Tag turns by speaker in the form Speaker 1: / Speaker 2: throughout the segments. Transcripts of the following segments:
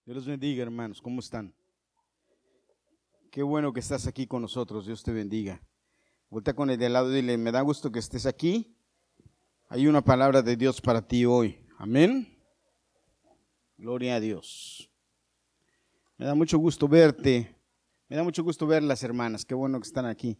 Speaker 1: Dios los bendiga, hermanos. ¿Cómo están? Qué bueno que estás aquí con nosotros. Dios te bendiga. Vuelta con el de al lado y dile, me da gusto que estés aquí. Hay una palabra de Dios para ti hoy. Amén. Gloria a Dios. Me da mucho gusto verte. Me da mucho gusto ver las hermanas. Qué bueno que están aquí.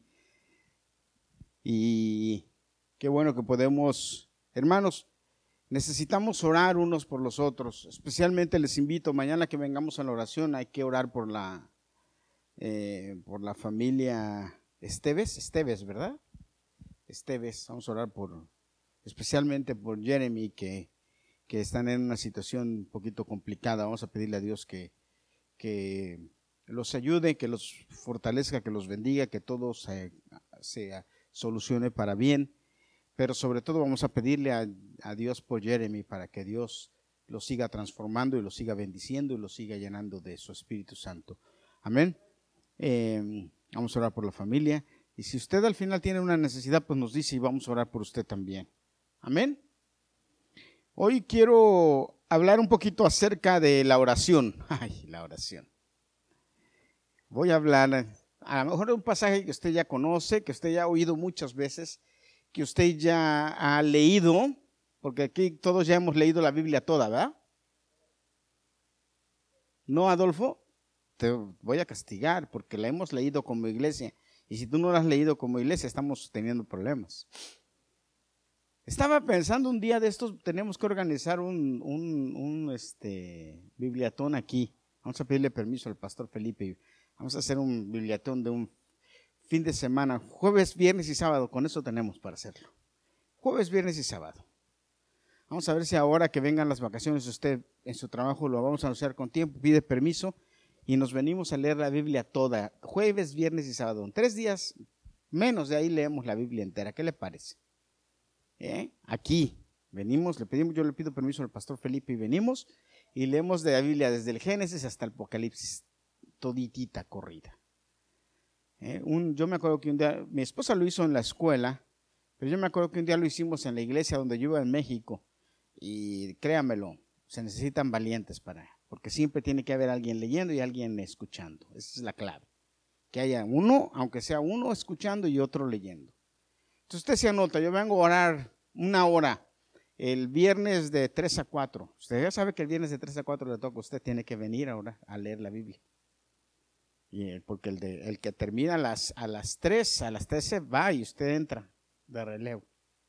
Speaker 1: Y qué bueno que podemos, hermanos, necesitamos orar unos por los otros. Especialmente les invito, mañana que vengamos a la oración, hay que orar por la familia Esteves, ¿verdad? Esteves, vamos a orar especialmente por Jeremy, que están en una situación un poquito complicada. Vamos a pedirle a Dios que los ayude, que los fortalezca, que los bendiga, que todo se solucione para bien. Pero sobre todo vamos a pedirle a Dios por Jeremy, para que Dios lo siga transformando y lo siga bendiciendo y lo siga llenando de su Espíritu Santo. Amén. Vamos a orar por la familia. Y si usted al final tiene una necesidad, pues nos dice y vamos a orar por usted también. Amén. Hoy quiero hablar un poquito acerca de la oración. Ay, la oración. Voy a hablar a lo mejor de un pasaje que usted ya conoce, que usted ya ha oído muchas veces, que usted ya ha leído, porque aquí todos ya hemos leído la Biblia toda, ¿verdad? ¿No, Adolfo? Te voy a castigar porque la hemos leído como iglesia. Y si tú no la has leído como iglesia, estamos teniendo problemas. Estaba pensando un día de estos, tenemos que organizar un bibliatón aquí. Vamos a pedirle permiso al pastor Felipe. Vamos a hacer un bibliatón de un fin de semana, jueves, viernes y sábado. Con eso tenemos para hacerlo. Jueves, viernes y sábado. Vamos a ver si ahora que vengan las vacaciones usted en su trabajo lo vamos a anunciar con tiempo, pide permiso y nos venimos a leer la Biblia toda, jueves, viernes y sábado. En 3 días menos de ahí leemos la Biblia entera. ¿Qué le parece? Aquí venimos, yo le pido permiso al pastor Felipe y venimos y leemos de la Biblia desde el Génesis hasta el Apocalipsis, toditita corrida. Yo me acuerdo que un día, mi esposa lo hizo en la escuela, pero yo me acuerdo que un día lo hicimos en la iglesia donde yo iba en México. Y créamelo, se necesitan valientes porque siempre tiene que haber alguien leyendo y alguien escuchando. Esa es la clave. Que haya uno, aunque sea uno escuchando y otro leyendo. Entonces usted se anota, yo vengo a orar 1 hora el viernes de 3 a 4. Usted ya sabe que el viernes de 3 a 4 le toca, usted tiene que venir ahora a leer la Biblia. Porque el que termina a las 3, a las 13 va y usted entra de relevo.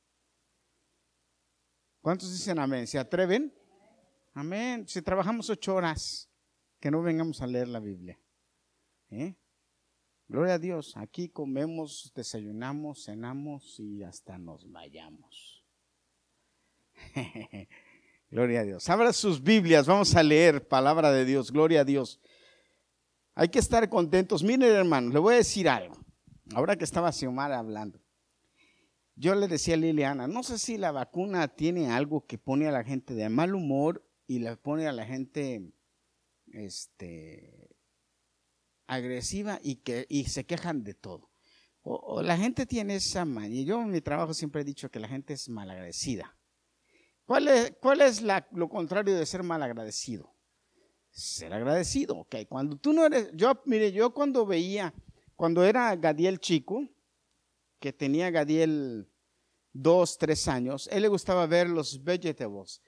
Speaker 1: ¿Cuántos dicen amén? ¿Se atreven? Amén. Si trabajamos 8 horas, que no vengamos a leer la Biblia. Gloria a Dios. Aquí comemos, desayunamos, cenamos y hasta nos vayamos. Gloria a Dios. Abra sus Biblias, vamos a leer palabra de Dios. Gloria a Dios. Hay que estar contentos. Miren, hermanos, le voy a decir algo. Ahora que estaba Xiomara hablando. Yo le decía a Liliana, no sé si la vacuna tiene algo que pone a la gente de mal humor y le pone a la gente agresiva y se quejan de todo. O la gente tiene esa manía. Yo en mi trabajo siempre he dicho que la gente es malagradecida. ¿Cuál es lo contrario de ser malagradecido? Ser agradecido. Okay. Cuando tú no eres, yo cuando era Gadiel chico, que tenía Gadiel 2, 3 años, él le gustaba ver los Vegetables.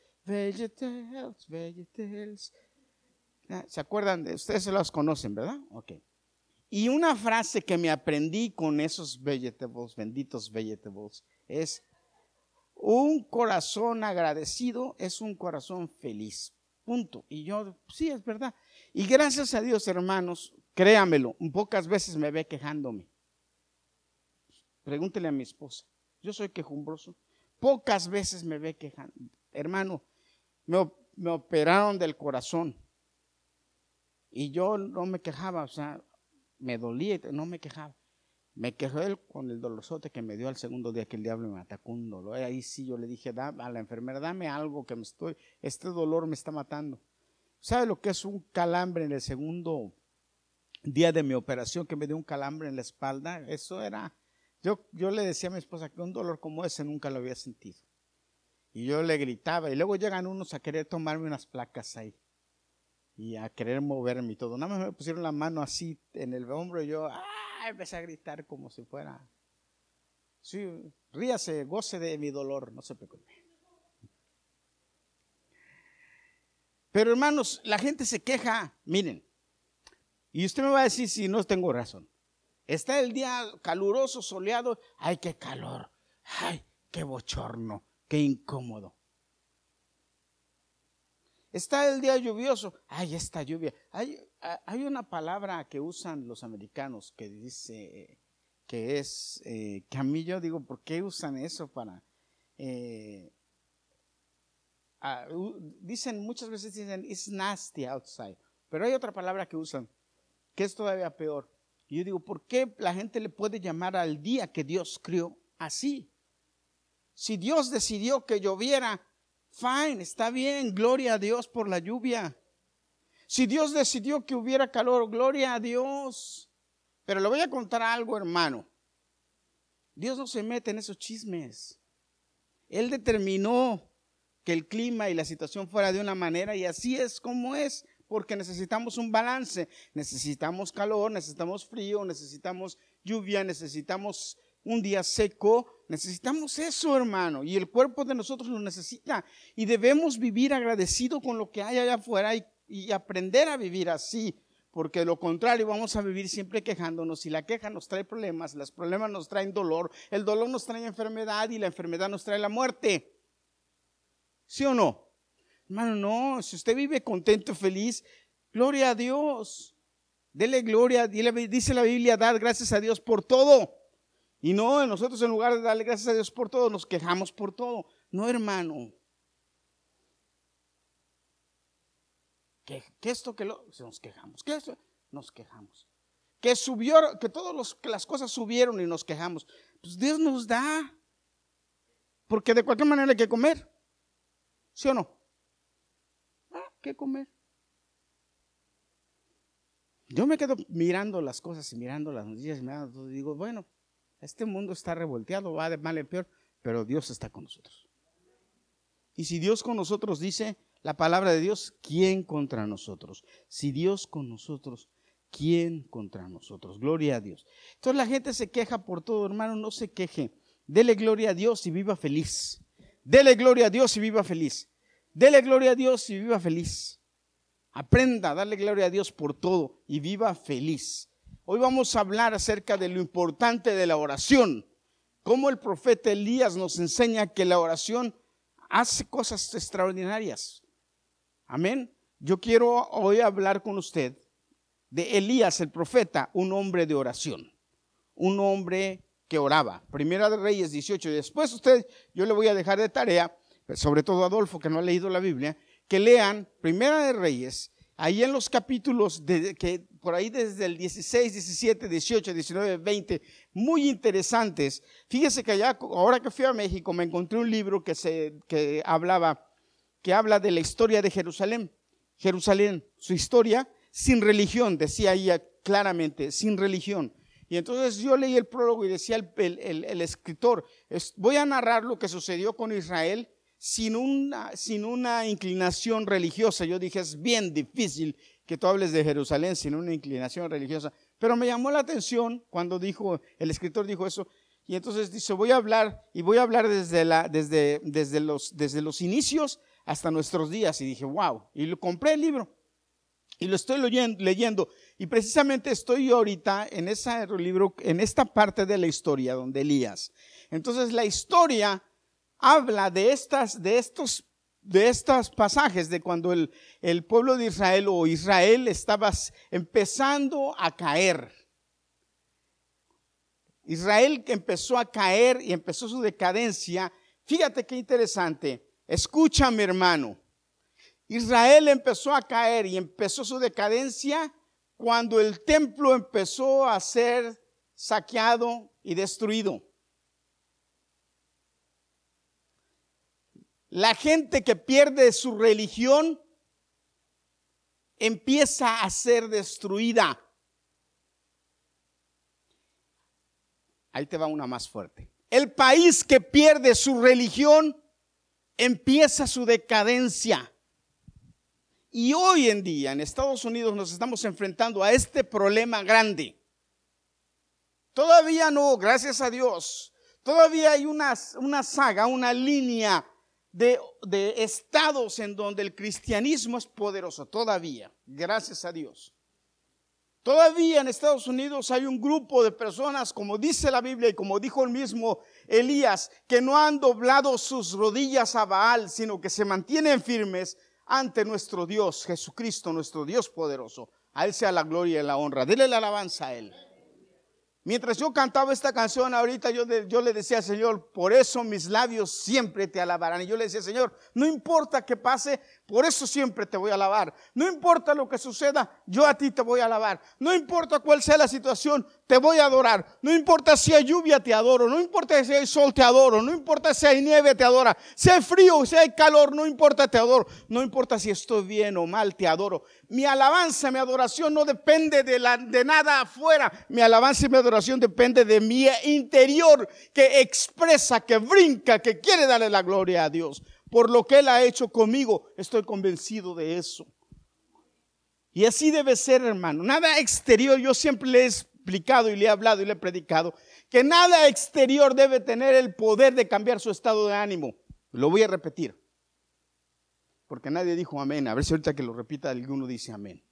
Speaker 1: ¿Se acuerdan? Ustedes se los conocen, ¿verdad? Ok. Y una frase que me aprendí con esos Vegetables, benditos Vegetables, es: un corazón agradecido es un corazón feliz. Punto. Y yo, sí, es verdad. Y gracias a Dios, hermanos, créamelo, pocas veces me ve quejándome. Pregúntele a mi esposa. Yo soy quejumbroso. Pocas veces me ve quejando. Hermano, me operaron del corazón. Y yo no me quejaba, o sea, me dolía y no me quejaba. Me quejó él con el dolorzote que me dio al segundo día que el diablo me atacó un dolor. Ahí sí yo le dije a la enfermera, dame algo que este dolor me está matando. ¿Sabe lo que es un calambre en el segundo día de mi operación, que me dio un calambre en la espalda? Eso era, yo le decía a mi esposa que un dolor como ese nunca lo había sentido. Y yo le gritaba y luego llegan unos a querer tomarme unas placas ahí. y a querer moverme y todo. Nada más me pusieron la mano así en el hombro y yo empecé a gritar como si fuera. Sí, ríase, goce de mi dolor, no se preocupe. Pero hermanos, la gente se queja, miren, y usted me va a decir si no tengo razón. Está el día caluroso, soleado, ay, qué calor, ay, qué bochorno, qué incómodo. Está el día lluvioso, ay, esta lluvia. Hay una palabra que usan los americanos que dice que es, que a mí yo digo, ¿por qué usan eso para? Dicen, muchas veces dicen, it's nasty outside, pero hay otra palabra que usan, que es todavía peor. Y yo digo, ¿por qué la gente le puede llamar al día que Dios crió así? Si Dios decidió que lloviera, fine, está bien, gloria a Dios por la lluvia. Si Dios decidió que hubiera calor, gloria a Dios. Pero le voy a contar algo, hermano. Dios no se mete en esos chismes. Él determinó que el clima y la situación fuera de una manera y así es como es, porque necesitamos un balance. Necesitamos calor, necesitamos frío, necesitamos lluvia, necesitamos un día seco, necesitamos eso, hermano, y el cuerpo de nosotros lo necesita y debemos vivir agradecido con lo que hay allá afuera y aprender a vivir así, porque de lo contrario vamos a vivir siempre quejándonos y la queja nos trae problemas, los problemas nos traen dolor, el dolor nos trae enfermedad y la enfermedad nos trae la muerte. ¿Sí o no? Hermano, no, si usted vive contento, feliz, gloria a Dios, dele gloria, dice la Biblia, dar gracias a Dios por todo. Y no, nosotros en lugar de darle gracias a Dios por todo, nos quejamos por todo. No, hermano. Que esto, que lo, nos quejamos. Que esto, nos quejamos. Que subió, que todas las cosas subieron y nos quejamos. Pues Dios nos da. Porque de cualquier manera hay que comer. ¿Sí o no? ¿Qué comer? Yo me quedo mirando las cosas y mirando las noticias y digo, bueno, este mundo está revolteado, va de mal en peor, pero Dios está con nosotros. Y si Dios con nosotros, dice la palabra de Dios, ¿quién contra nosotros? Si Dios con nosotros, ¿quién contra nosotros? Gloria a Dios. Entonces la gente se queja por todo, hermano, no se queje. Dele gloria a Dios y viva feliz. Dele gloria a Dios y viva feliz. Dele gloria a Dios y viva feliz. Aprenda a darle gloria a Dios por todo y viva feliz. Hoy vamos a hablar acerca de lo importante de la oración. Cómo el profeta Elías nos enseña que la oración hace cosas extraordinarias. Amén. Yo quiero hoy hablar con usted de Elías, el profeta, un hombre de oración. Un hombre que oraba. Primera de Reyes 18. Y después yo le voy a dejar de tarea, sobre todo a Adolfo, que no ha leído la Biblia, que lean Primera de Reyes. Ahí en los capítulos que por ahí desde el 16, 17, 18, 19, 20, muy interesantes. Fíjese que ahora que fui a México me encontré un libro que habla de la historia de Jerusalén. Jerusalén, su historia sin religión, decía ahí claramente, sin religión. Y entonces yo leí el prólogo y decía el escritor, voy a narrar lo que sucedió con Israel sin una inclinación religiosa. Yo dije, es bien difícil que tú hables de Jerusalén sin una inclinación religiosa, pero me llamó la atención cuando el escritor dijo eso, y entonces dice, voy a hablar desde los inicios hasta nuestros días, y dije, wow, y compré el libro, y lo estoy leyendo, y precisamente estoy ahorita en ese libro, en esta parte de la historia donde Elías, entonces la historia habla de estos pasajes de cuando el pueblo de Israel o Israel estaba empezando a caer. Israel empezó a caer y empezó su decadencia. Fíjate qué interesante. Escúchame, hermano. Israel empezó a caer y empezó su decadencia cuando el templo empezó a ser saqueado y destruido. La gente que pierde su religión empieza a ser destruida. Ahí te va una más fuerte. El país que pierde su religión empieza su decadencia. Y hoy en día en Estados Unidos nos estamos enfrentando a este problema grande. Todavía no, gracias a Dios, todavía hay una saga, una línea de estados en donde el cristianismo es poderoso, todavía, gracias a Dios. Todavía en Estados Unidos hay un grupo de personas, como dice la Biblia y como dijo el mismo Elías, que no han doblado sus rodillas a Baal, sino que se mantienen firmes ante nuestro Dios, Jesucristo, nuestro Dios poderoso. A Él sea la gloria y la honra. Dele la alabanza a Él. Mientras yo cantaba esta canción ahorita, yo le decía al Señor, por eso mis labios siempre te alabarán. Y yo le decía, Señor, no importa qué pase, por eso siempre te voy a alabar. No importa lo que suceda, yo a ti te voy a alabar. No importa cuál sea la situación, te voy a adorar. No importa si hay lluvia, te adoro. No importa si hay sol, te adoro. No importa si hay nieve, te adoro. Si hay frío, si hay calor, no importa, te adoro. No importa si estoy bien o mal, te adoro. Mi alabanza, mi adoración no depende de nada afuera. Mi alabanza y mi adoración depende de mi interior, que expresa, que brinca, que quiere darle la gloria a Dios. Por lo que Él ha hecho conmigo, estoy convencido de eso. Y así debe ser, hermano. Nada exterior, yo siempre le he explicado y le he hablado y le he predicado, que nada exterior debe tener el poder de cambiar su estado de ánimo. Lo voy a repetir, porque nadie dijo amén. A ver si ahorita que lo repita alguno dice amén.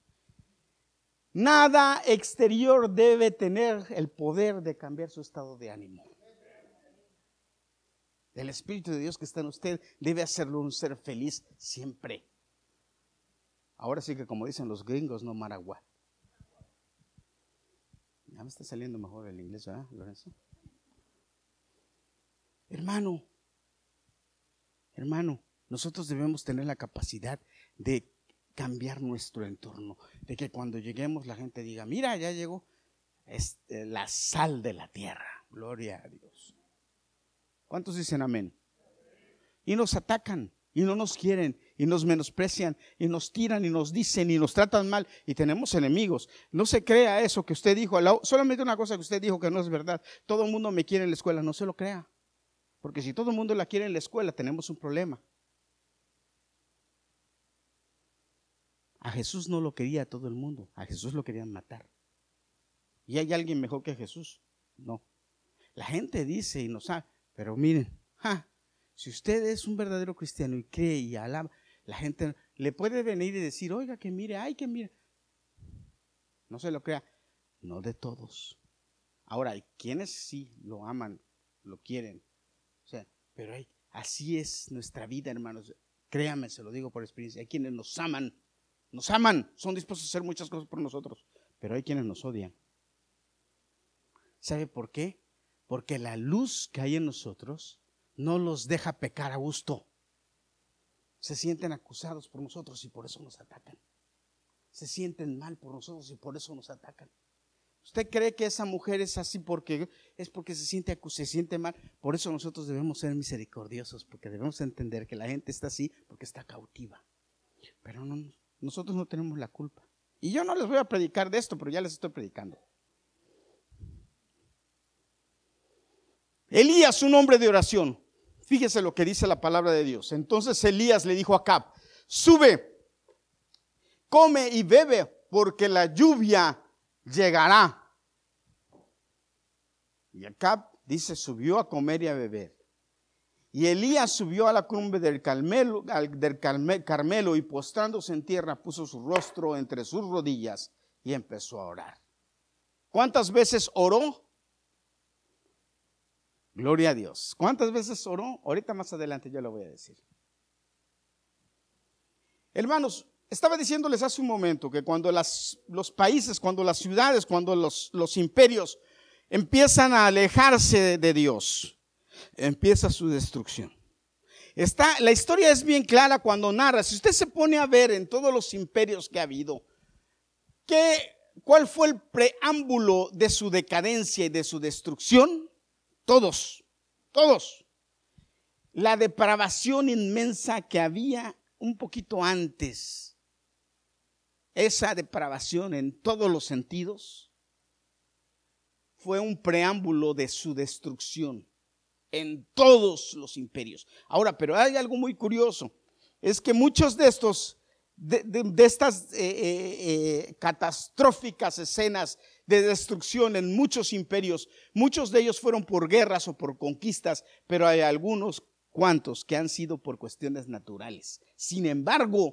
Speaker 1: Nada exterior debe tener el poder de cambiar su estado de ánimo. El Espíritu de Dios que está en usted debe hacerlo un ser feliz siempre. Ahora sí que como dicen los gringos, no matter what. Ya me está saliendo mejor el inglés, ¿verdad, Lorenzo? Hermano, nosotros debemos tener la capacidad de cambiar nuestro entorno, de que cuando lleguemos la gente diga, mira, ya llegó la sal de la tierra, gloria a Dios. ¿Cuántos dicen amén? Y nos atacan, y no nos quieren, y nos menosprecian, y nos tiran, y nos dicen, y nos tratan mal, y tenemos enemigos. No se crea eso que usted dijo, solamente una cosa que usted dijo que no es verdad, todo el mundo me quiere en la escuela, no se lo crea, porque si todo el mundo la quiere en la escuela, tenemos un problema. A Jesús no lo quería todo el mundo, a Jesús lo querían matar. ¿Y hay alguien mejor que Jesús? No. La gente dice y no sabe, pero miren, si usted es un verdadero cristiano y cree y alaba, la gente le puede venir y decir, oiga, que mire, ay, que mire. No se lo crea, no de todos. Ahora, hay quienes sí lo aman, lo quieren, o sea, pero así es nuestra vida, hermanos. Créame, se lo digo por experiencia, hay quienes nos aman, son dispuestos a hacer muchas cosas por nosotros, pero hay quienes nos odian. ¿Sabe por qué? Porque la luz que hay en nosotros no los deja pecar a gusto. Se sienten acusados por nosotros y por eso nos atacan. Se sienten mal por nosotros y por eso nos atacan. ¿Usted cree que esa mujer es así porque se siente acusada, se siente mal? Por eso nosotros debemos ser misericordiosos, porque debemos entender que la gente está así porque está cautiva. Pero nosotros no tenemos la culpa. Y yo no les voy a predicar de esto, pero ya les estoy predicando. Elías, un hombre de oración. Fíjese lo que dice la palabra de Dios. Entonces Elías le dijo a Acab, sube, come y bebe, porque la lluvia llegará. Y Acab dice, subió a comer y a beber. Y Elías subió a la cumbre del Carmelo y postrándose en tierra puso su rostro entre sus rodillas y empezó a orar. ¿Cuántas veces oró? Gloria a Dios. ¿Cuántas veces oró? Ahorita más adelante yo lo voy a decir. Hermanos, estaba diciéndoles hace un momento que cuando los países, cuando las ciudades, cuando los imperios empiezan a alejarse de Dios, empieza su destrucción. La historia es bien clara cuando narra. Si usted se pone a ver en todos los imperios que ha habido, ¿cuál fue el preámbulo de su decadencia y de su destrucción? Todos. La depravación inmensa que había un poquito antes, esa depravación en todos los sentidos, fue un preámbulo de su destrucción en todos los imperios. Ahora, pero hay algo muy curioso, es que muchos de estos de estas catastróficas escenas de destrucción en muchos imperios. Muchos de ellos fueron por guerras o por conquistas, pero hay algunos cuantos que han sido por cuestiones naturales. Sin embargo,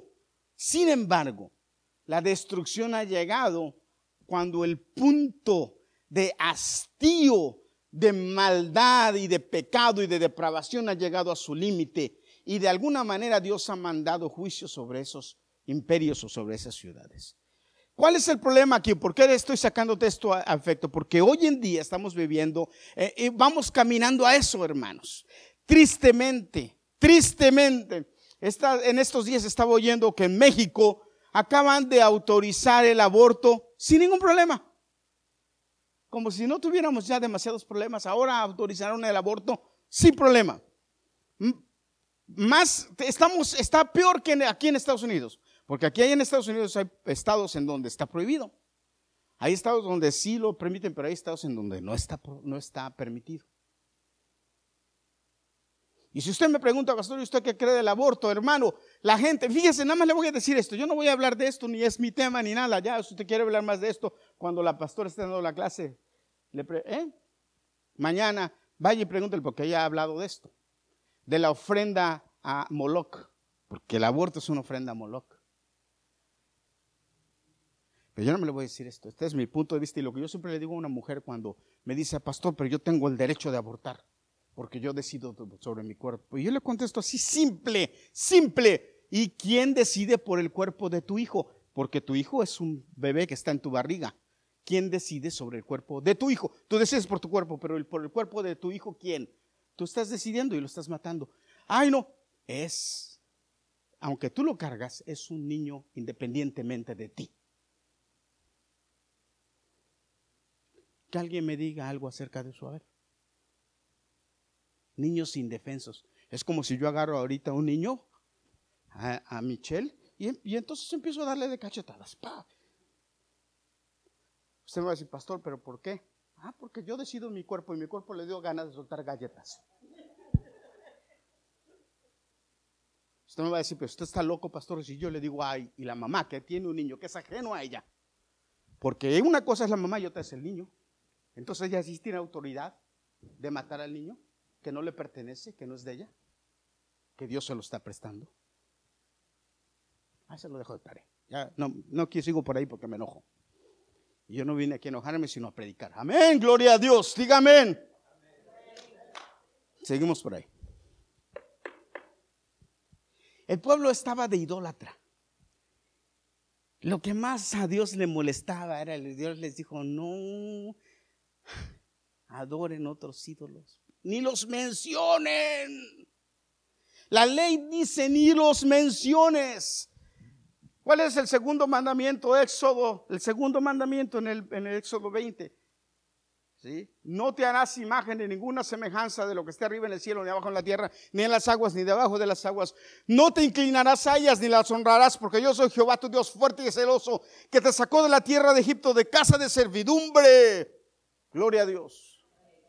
Speaker 1: la destrucción ha llegado cuando el punto de hastío, de maldad y de pecado y de depravación ha llegado a su límite, y de alguna manera Dios ha mandado juicio sobre esos imperios o sobre esas ciudades. ¿Cuál es el problema aquí? ¿Por qué estoy sacándote esto a efecto? Porque hoy en día estamos viviendo, vamos caminando a eso, hermanos. Tristemente, en estos días estaba oyendo que en México acaban de autorizar el aborto sin ningún problema. Como si no tuviéramos ya demasiados problemas, ahora autorizaron el aborto sin problema. Está peor que aquí en Estados Unidos, porque aquí en Estados Unidos hay estados en donde está prohibido. Hay estados donde sí lo permiten, pero hay estados en donde no está permitido. Y si usted me pregunta, pastor, ¿y usted qué cree del aborto, hermano? La gente, fíjese, nada más le voy a decir esto. Yo no voy a hablar de esto, ni es mi tema, ni nada. Ya, si usted quiere hablar más de esto, cuando la pastora esté dando la clase, mañana, vaya y pregúntele, porque ella ha hablado de esto. De la ofrenda a Moloch, porque el aborto es una ofrenda a Moloch. Pero yo no me le voy a decir esto. Este es mi punto de vista y lo que yo siempre le digo a una mujer cuando me dice, pastor, pero yo tengo el derecho de abortar, porque yo decido sobre mi cuerpo. Y yo le contesto así, simple. ¿Y quién decide por el cuerpo de tu hijo? Porque tu hijo es un bebé que está en tu barriga. ¿Quién decide sobre el cuerpo de tu hijo? Tú decides por tu cuerpo, pero por el cuerpo de tu hijo, ¿quién? Tú estás decidiendo y lo estás matando. Ay, no, aunque tú lo cargas, es un niño independientemente de ti. Que alguien me diga algo acerca de eso, a ver. Niños indefensos. Es como si yo agarro ahorita a un niño, a Michelle, y entonces empiezo a darle de cachetadas. ¡Pah! Usted me va a decir, pastor, ¿pero por qué? Porque yo decido mi cuerpo y mi cuerpo le dio ganas de soltar galletas. Usted me va a decir, pero usted está loco, pastor, si yo le digo, ay, y la mamá que tiene un niño que es ajeno a ella. Porque una cosa es la mamá y otra es el niño. Entonces ella sí tiene autoridad de matar al niño que no le pertenece, que no es de ella, que Dios se lo está prestando. Se lo dejo de tarea. Ya no sigo por ahí porque me enojo. Y yo no vine aquí a enojarme, sino a predicar. Amén, gloria a Dios, diga amén. Seguimos por ahí. El pueblo estaba de idólatra. Lo que más a Dios le molestaba era, Dios les dijo, no adoren otros ídolos, ni los mencionen. La ley dice, ni los menciones. ¿Cuál es el segundo mandamiento? Éxodo, el segundo mandamiento en el Éxodo 20. ¿Sí? No te harás imagen de ninguna semejanza de lo que esté arriba en el cielo, ni abajo en la tierra, ni en las aguas, ni debajo de las aguas. No te inclinarás a ellas, ni las honrarás, porque yo soy Jehová tu Dios fuerte y celoso, que te sacó de la tierra de Egipto, de casa de servidumbre. Gloria a Dios.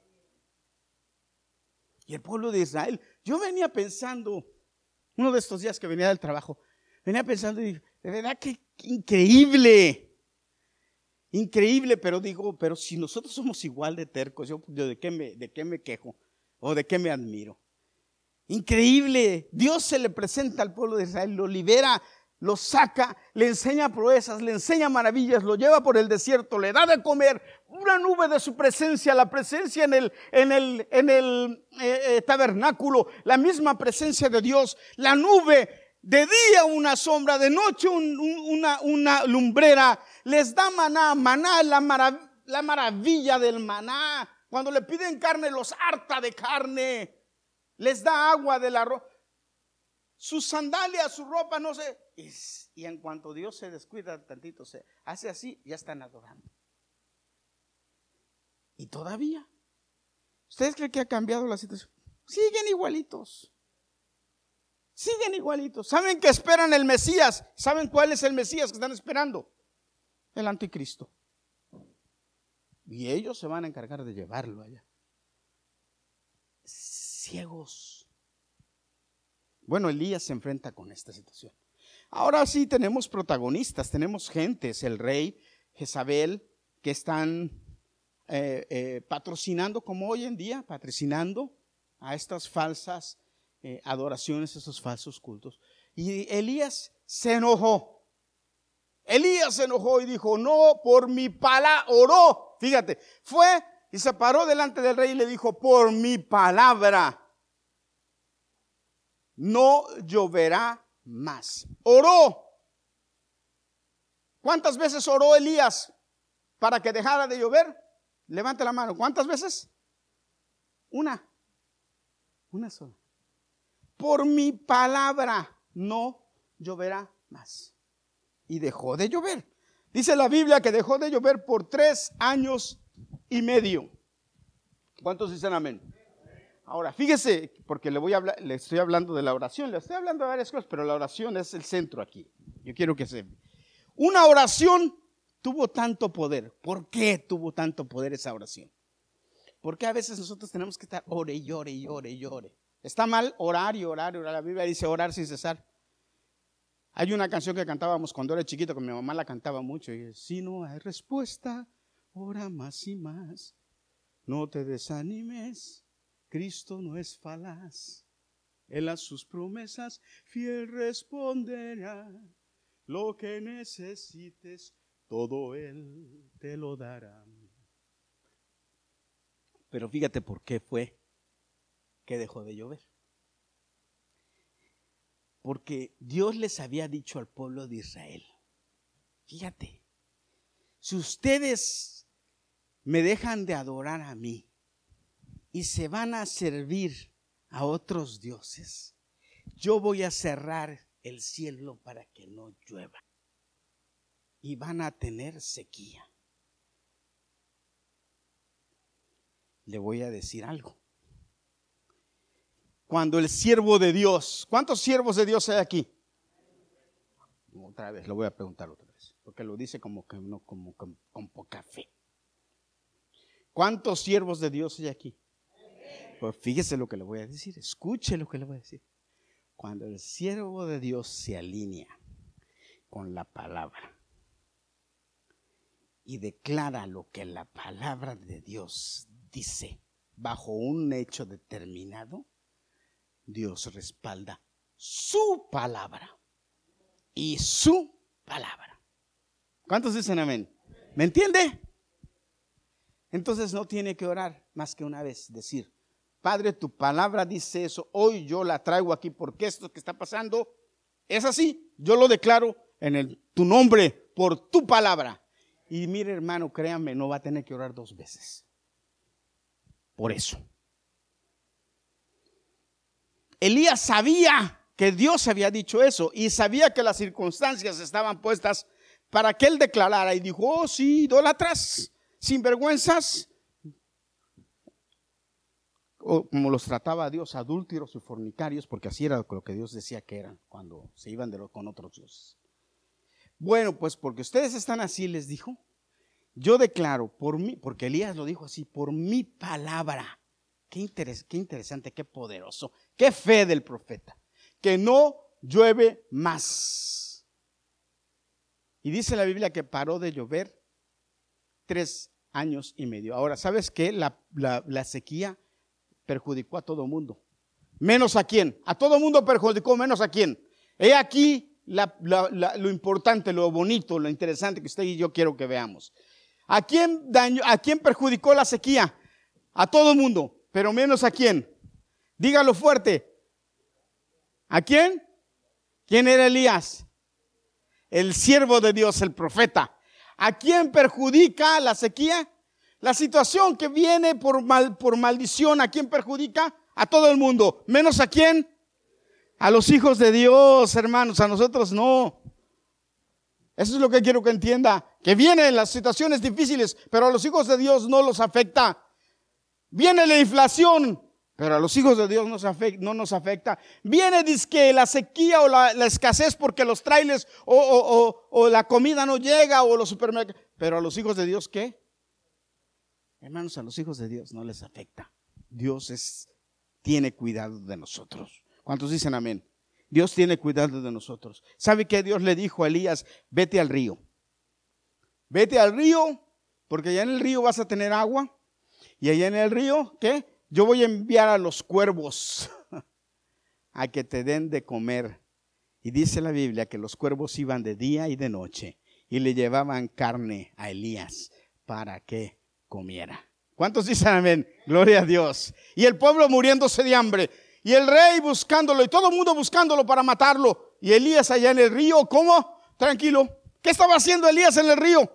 Speaker 1: Y el pueblo de Israel, yo venía pensando, uno de estos días que venía del trabajo, venía pensando y de verdad que increíble, pero digo, pero si nosotros somos igual de tercos, yo ¿de qué me quejo? ¿O de qué me admiro? Increíble, Dios se le presenta al pueblo de Israel, lo libera, lo saca, le enseña proezas, le enseña maravillas, lo lleva por el desierto, le da de comer, una nube de su presencia, la presencia en el tabernáculo, la misma presencia de Dios, la nube. De día una sombra, de noche una lumbrera, les da maná, la maravilla del maná. Cuando le piden carne, los harta de carne, les da agua del arroz. Sus sandalias, su ropa, no sé. Y en cuanto Dios se descuida tantito, se hace así, ya están adorando. Y todavía, ¿ustedes creen que ha cambiado la situación? Siguen igualitos. Saben que esperan el Mesías. ¿Saben cuál es el Mesías que están esperando? El anticristo. Y ellos se van a encargar de llevarlo allá. Ciegos. Bueno, Elías se enfrenta con esta situación. Ahora sí tenemos protagonistas, tenemos gentes, el rey, Jezabel, que están patrocinando, como hoy en día, patrocinando a estas falsas adoraciones, esos falsos cultos. Y Elías se enojó. Elías se enojó y dijo, no, por mi palabra, oró. Fíjate, fue y se paró delante del rey y le dijo, por mi palabra no lloverá más. Oró. ¿Cuántas veces oró Elías para que dejara de llover? Levante la mano. ¿Cuántas veces? Una sola. Por mi palabra no lloverá más. Y dejó de llover. Dice la Biblia que dejó de llover por 3 años y medio. ¿Cuántos dicen amén? Ahora, fíjese, porque le estoy hablando de la oración, le estoy hablando de varias cosas, pero la oración es el centro aquí. Yo quiero que se... Una oración tuvo tanto poder. ¿Por qué tuvo tanto poder esa oración? Porque a veces nosotros tenemos que estar ore y ore y ore y ore. Está mal orar y orar y orar. La Biblia dice orar sin cesar. Hay una canción que cantábamos cuando era chiquito, que mi mamá la cantaba mucho. Y dice, si no hay respuesta, ora más y más. No te desanimes, Cristo no es falaz. Él a sus promesas fiel responderá. Lo que necesites, todo Él te lo dará. Pero fíjate por qué fue que dejó de llover. Porque Dios les había dicho al pueblo de Israel, fíjate, si ustedes me dejan de adorar a mí y se van a servir a otros dioses, yo voy a cerrar el cielo para que no llueva y van a tener sequía. Le voy a decir algo. Cuando el siervo de Dios, ¿cuántos siervos de Dios hay aquí? Otra vez, lo voy a preguntar otra vez, porque lo dice como que no, como con poca fe. ¿Cuántos siervos de Dios hay aquí? Pues fíjese lo que le voy a decir, escuche lo que le voy a decir. Cuando el siervo de Dios se alinea con la palabra y declara lo que la palabra de Dios dice bajo un hecho determinado, Dios respalda su palabra y su palabra. ¿Cuántos dicen amén? ¿Me entiende? Entonces no tiene que orar más que una vez, decir, Padre, tu palabra dice eso, hoy yo la traigo aquí porque esto que está pasando es así, yo lo declaro en tu nombre, por tu palabra. Y mire, hermano, créanme, no va a tener que orar 2 veces. Por eso. Elías sabía que Dios había dicho eso y sabía que las circunstancias estaban puestas para que él declarara y dijo, oh sí, idólatras, sinvergüenzas, o como los trataba Dios, adúlteros y fornicarios, porque así era lo que Dios decía que eran cuando se iban con otros dioses. Bueno, pues porque ustedes están así, les dijo, yo declaro por mí, porque Elías lo dijo así, por mi palabra. Qué interesante, qué poderoso, qué fe del profeta, que no llueve más. Y dice la Biblia que paró de llover 3 años y medio. Ahora, ¿sabes qué? La sequía perjudicó a todo mundo. ¿Menos a quién? A todo mundo perjudicó, menos a quién. He aquí lo importante, lo bonito, lo interesante que usted y yo quiero que veamos. ¿A quién perjudicó la sequía? A todo mundo. Pero menos a quién. Dígalo fuerte. ¿A quién? ¿Quién era Elías? El siervo de Dios, el profeta. ¿A quién perjudica la sequía? La situación que viene por maldición, ¿a quién perjudica? A todo el mundo. ¿Menos a quién? A los hijos de Dios, hermanos, a nosotros no. Eso es lo que quiero que entienda. Que vienen las situaciones difíciles, pero a los hijos de Dios no los afecta. Viene la inflación, pero a los hijos de Dios no nos afecta. Viene dizque la sequía o la escasez porque los trailers o la comida no llega o los supermercados. Pero a los hijos de Dios, ¿qué? Hermanos, a los hijos de Dios no les afecta. Dios tiene cuidado de nosotros. ¿Cuántos dicen amén? Dios tiene cuidado de nosotros. ¿Sabe qué Dios le dijo a Elías? Vete al río. Vete al río, porque allá en el río vas a tener agua. Y allá en el río, ¿qué? Yo voy a enviar a los cuervos a que te den de comer. Y dice la Biblia que los cuervos iban de día y de noche y le llevaban carne a Elías para que comiera. ¿Cuántos dicen amén? Gloria a Dios. Y el pueblo muriéndose de hambre. Y el rey buscándolo y todo el mundo buscándolo para matarlo. Y Elías allá en el río, ¿cómo? Tranquilo. ¿Qué estaba haciendo Elías en el río?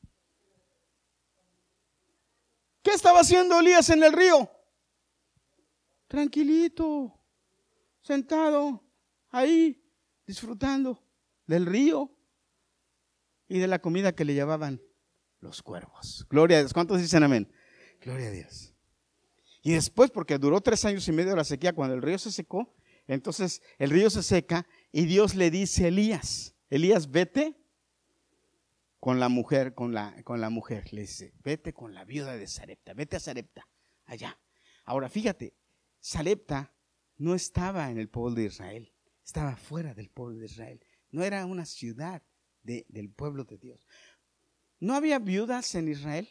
Speaker 1: ¿Qué estaba haciendo Elías en el río? Tranquilito, sentado ahí, disfrutando del río y de la comida que le llevaban los cuervos. Gloria a Dios. ¿Cuántos dicen amén? Gloria a Dios. Y después, porque duró 3 años y medio la sequía, cuando el río se secó, entonces el río se seca y Dios le dice a Elías, Elías, vete con la mujer, con la mujer, le dice, vete con la viuda de Sarepta, vete a Sarepta, allá. Ahora fíjate, Sarepta no estaba en el pueblo de Israel, estaba fuera del pueblo de Israel, no era una ciudad del pueblo de Dios. ¿No había viudas en Israel?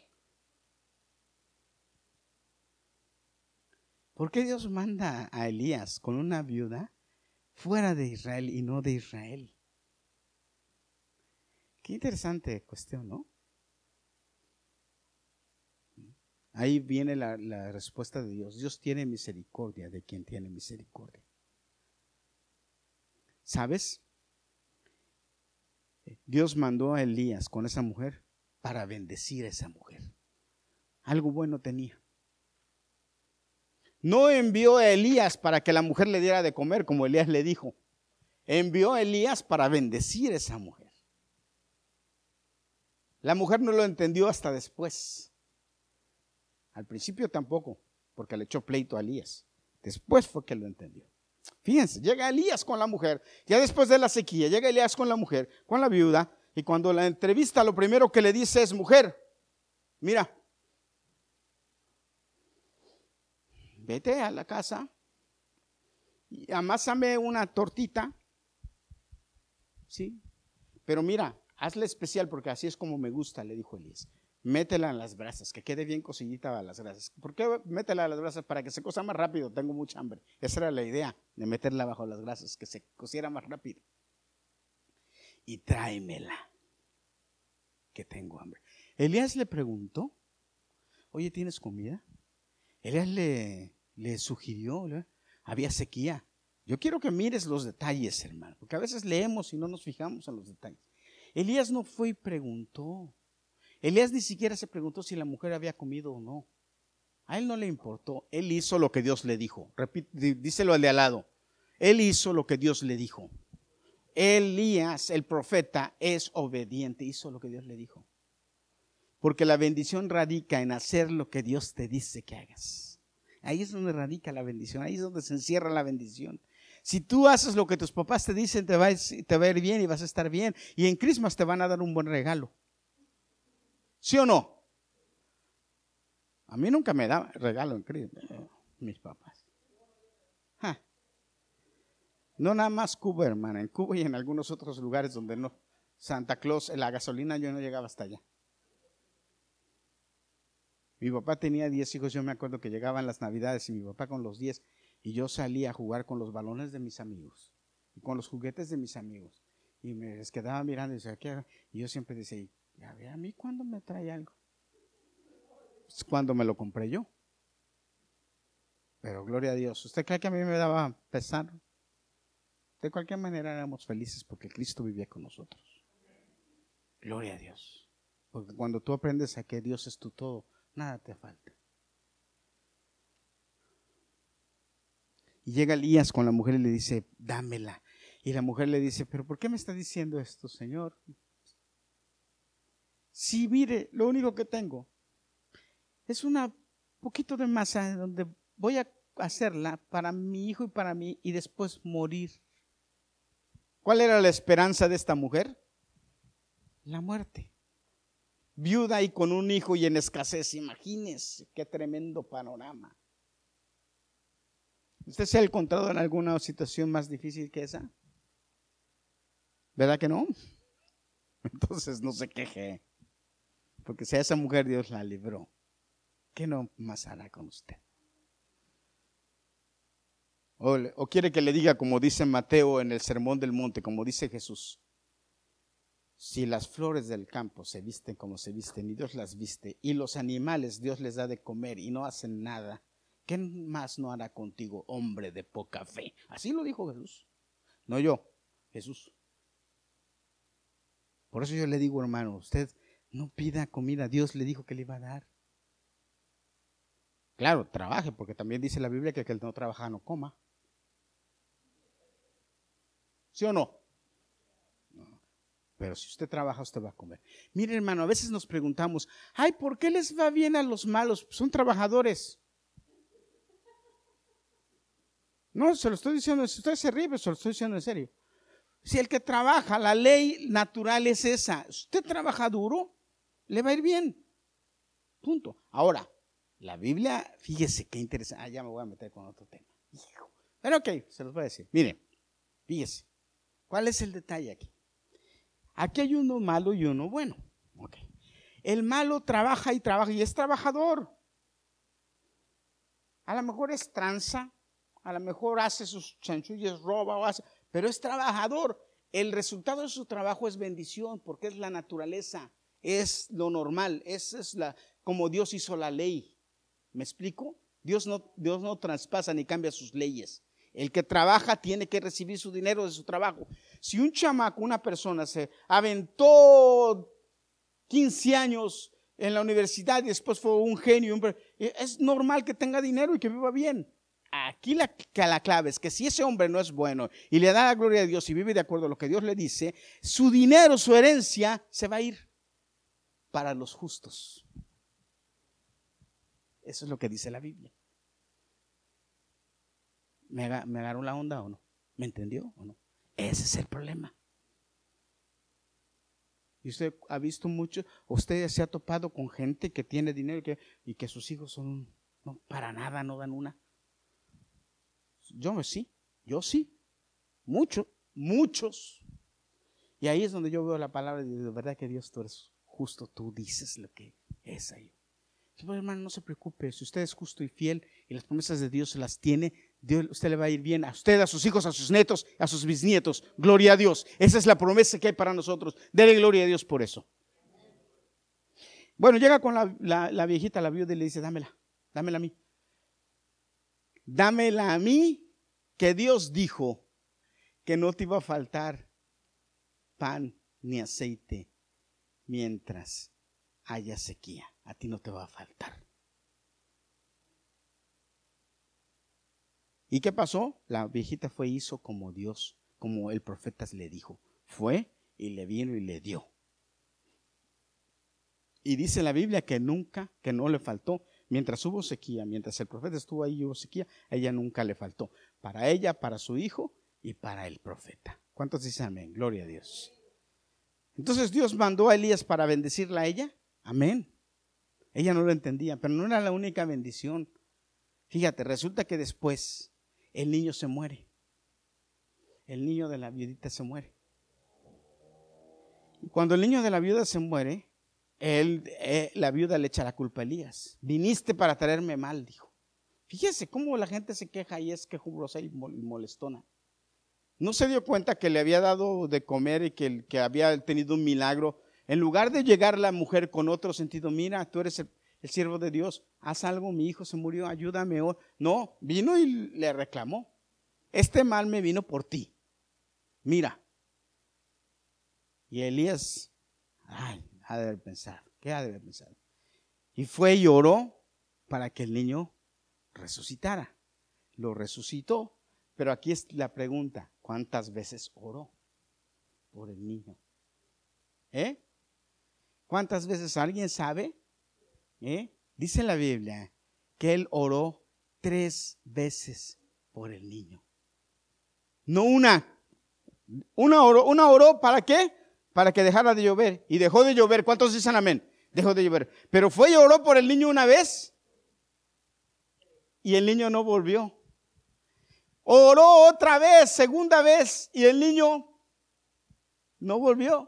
Speaker 1: ¿Por qué Dios manda a Elías con una viuda fuera de Israel y no de Israel? Qué interesante cuestión, ¿no? Ahí viene la respuesta de Dios. Dios tiene misericordia de quien tiene misericordia. ¿Sabes? Dios mandó a Elías con esa mujer para bendecir a esa mujer. Algo bueno tenía. No envió a Elías para que la mujer le diera de comer, como Elías le dijo. Envió a Elías para bendecir a esa mujer. La mujer no lo entendió hasta después. Al principio tampoco, porque le echó pleito a Elías. Después fue que lo entendió. Fíjense, llega Elías con la mujer, ya después de la sequía, llega Elías con la mujer, con la viuda, y cuando la entrevista lo primero que le dice es, mujer, mira, vete a la casa y amásame una tortita, ¿sí? Pero mira, hazle especial porque así es como me gusta, le dijo Elías. Métela en las brasas, que quede bien cocidita a las brasas. ¿Por qué métela a las brasas? Para que se cosa más rápido, tengo mucha hambre. Esa era la idea, de meterla bajo las brasas, que se cociera más rápido. Y tráemela, que tengo hambre. Elías le preguntó, oye, ¿tienes comida? Elías le sugirió, ¿no? Había sequía. Yo quiero que mires los detalles, hermano, porque a veces leemos y no nos fijamos en los detalles. Elías no fue y preguntó. Elías ni siquiera se preguntó si la mujer había comido o no. A él no le importó. Él hizo lo que Dios le dijo. Díselo al de al lado. Él hizo lo que Dios le dijo. Elías, el profeta, es obediente. Hizo lo que Dios le dijo. Porque la bendición radica en hacer lo que Dios te dice que hagas. Ahí es donde radica la bendición. Ahí es donde se encierra la bendición. Si tú haces lo que tus papás te dicen, te va a ir bien y vas a estar bien. Y en Christmas te van a dar un buen regalo. ¿Sí o no? A mí nunca me daban regalo en Christmas, mis papás. No nada más Cuba, hermana. En Cuba y en algunos otros lugares donde no. Santa Claus, la gasolina yo no llegaba hasta allá. Mi papá tenía 10 hijos, yo me acuerdo que llegaban las navidades y mi papá con los 10 y yo salía a jugar con los balones de mis amigos y con los juguetes de mis amigos y me les quedaba mirando y decía, ¿qué? Y yo siempre decía, a ver, ¿a mí cuándo me trae algo? Pues cuando me lo compré yo. Pero gloria a Dios. ¿Usted cree que a mí me daba pesar? De cualquier manera éramos felices porque Cristo vivía con nosotros. Gloria a Dios. Porque cuando tú aprendes a que Dios es tu todo, nada te falta. Y llega Elías con la mujer y le dice, dámela. Y la mujer le dice, ¿pero por qué me está diciendo esto, Señor? Sí, mire, lo único que tengo es un poquito de masa donde voy a hacerla para mi hijo y para mí y después morir. ¿Cuál era la esperanza de esta mujer? La muerte. Viuda y con un hijo y en escasez. Imagínense qué tremendo panorama. ¿Usted se ha encontrado en alguna situación más difícil que esa? ¿Verdad que no? Entonces no se queje, porque si a esa mujer Dios la libró, ¿qué no más hará con usted? O quiere que le diga como dice Mateo en el Sermón del Monte, como dice Jesús: si las flores del campo se visten como se visten y Dios las viste, y los animales Dios les da de comer y no hacen nada, ¿qué más no hará contigo, hombre de poca fe? Así lo dijo Jesús, no yo, Jesús. Por eso yo le digo, hermano, usted no pida comida, Dios le dijo que le iba a dar. Claro, trabaje, porque también dice la Biblia que el que no trabaja no coma. ¿Sí o no? No. Pero si usted trabaja, usted va a comer. Mire, hermano, a veces nos preguntamos, ay, ¿por qué les va bien a los malos? Son trabajadores. No, se lo estoy diciendo, si usted se ríe, se lo estoy diciendo en serio. Si el que trabaja, la ley natural es esa. Si usted trabaja duro, le va a ir bien. Punto. Ahora, la Biblia, fíjese qué interesante. Ya me voy a meter con otro tema. Pero ok, se los voy a decir. Miren, fíjese. ¿Cuál es el detalle aquí? Aquí hay uno malo y uno bueno. Okay. El malo trabaja y es trabajador. A lo mejor es tranza, a lo mejor hace sus chanchullos, roba o hace, pero es trabajador. El resultado de su trabajo es bendición, porque es la naturaleza, es lo normal, es como Dios hizo la ley. ¿Me explico? Dios no traspasa ni cambia sus leyes. El que trabaja tiene que recibir su dinero de su trabajo. Si un chamaco, una persona se aventó 15 años en la universidad y después fue un genio, es normal que tenga dinero y que viva bien. Aquí la clave es que si ese hombre no es bueno y le da la gloria a Dios y vive de acuerdo a lo que Dios le dice, su dinero, su herencia se va a ir para los justos. Eso es lo que dice la Biblia. ¿Me agarró la onda o no? ¿Me entendió o no? Ese es el problema. Y usted ha visto mucho, usted se ha topado con gente que tiene dinero y que sus hijos son, no, para nada, no dan una. Yo sí, muchos. Y ahí es donde yo veo la palabra de verdad que Dios, tú eres justo, tú dices lo que es ahí. Pero, hermano, no se preocupe, si usted es justo y fiel y las promesas de Dios se las tiene, Dios, usted le va a ir bien a usted, a sus hijos, a sus nietos, a sus bisnietos. Gloria a Dios. Esa es la promesa que hay para nosotros. Dele gloria a Dios por eso. Bueno, llega con la viejita, la viuda, y le dice: dámela a mí. Dámela a mí, que Dios dijo que no te iba a faltar pan ni aceite mientras haya sequía. A ti no te va a faltar. ¿Y qué pasó? La viejita fue y hizo como Dios, como el profeta le dijo. Fue y le vino y le dio. Y dice la Biblia que no le faltó. Mientras hubo sequía, mientras el profeta estuvo ahí y hubo sequía, a ella nunca le faltó. Para ella, para su hijo y para el profeta. ¿Cuántos dicen amén? Gloria a Dios. Entonces Dios mandó a Elías para bendecirla a ella. Amén. Ella no lo entendía, pero no era la única bendición. Fíjate, resulta que después el niño se muere. El niño de la viudita se muere. Y cuando el niño de la viuda se muere, la viuda le echa la culpa a Elías. Viniste para traerme mal, dijo. Fíjese cómo la gente se queja y es quejumbrosa y molestona. No se dio cuenta que le había dado de comer y que había tenido un milagro. En lugar de llegar la mujer con otro sentido, mira, tú eres el siervo de Dios, haz algo, mi hijo se murió, ayúdame. No, vino y le reclamó. Este mal me vino por ti. Mira. Y Elías, ha de haber pensado. ¿Qué ha de haber pensado? Y fue y oró para que el niño resucitara. Lo resucitó. Pero aquí es la pregunta: ¿cuántas veces oró por el niño? ¿Cuántas veces? ¿Alguien sabe? Dice la Biblia que él oró 3 veces por el niño. No una. Una oró ¿para qué? Para que dejara de llover. Y dejó de llover. ¿Cuántos dicen amén? Dejó de llover. Pero fue y oró por el niño una vez. Y el niño no volvió. Oró otra vez, segunda vez, y el niño no volvió.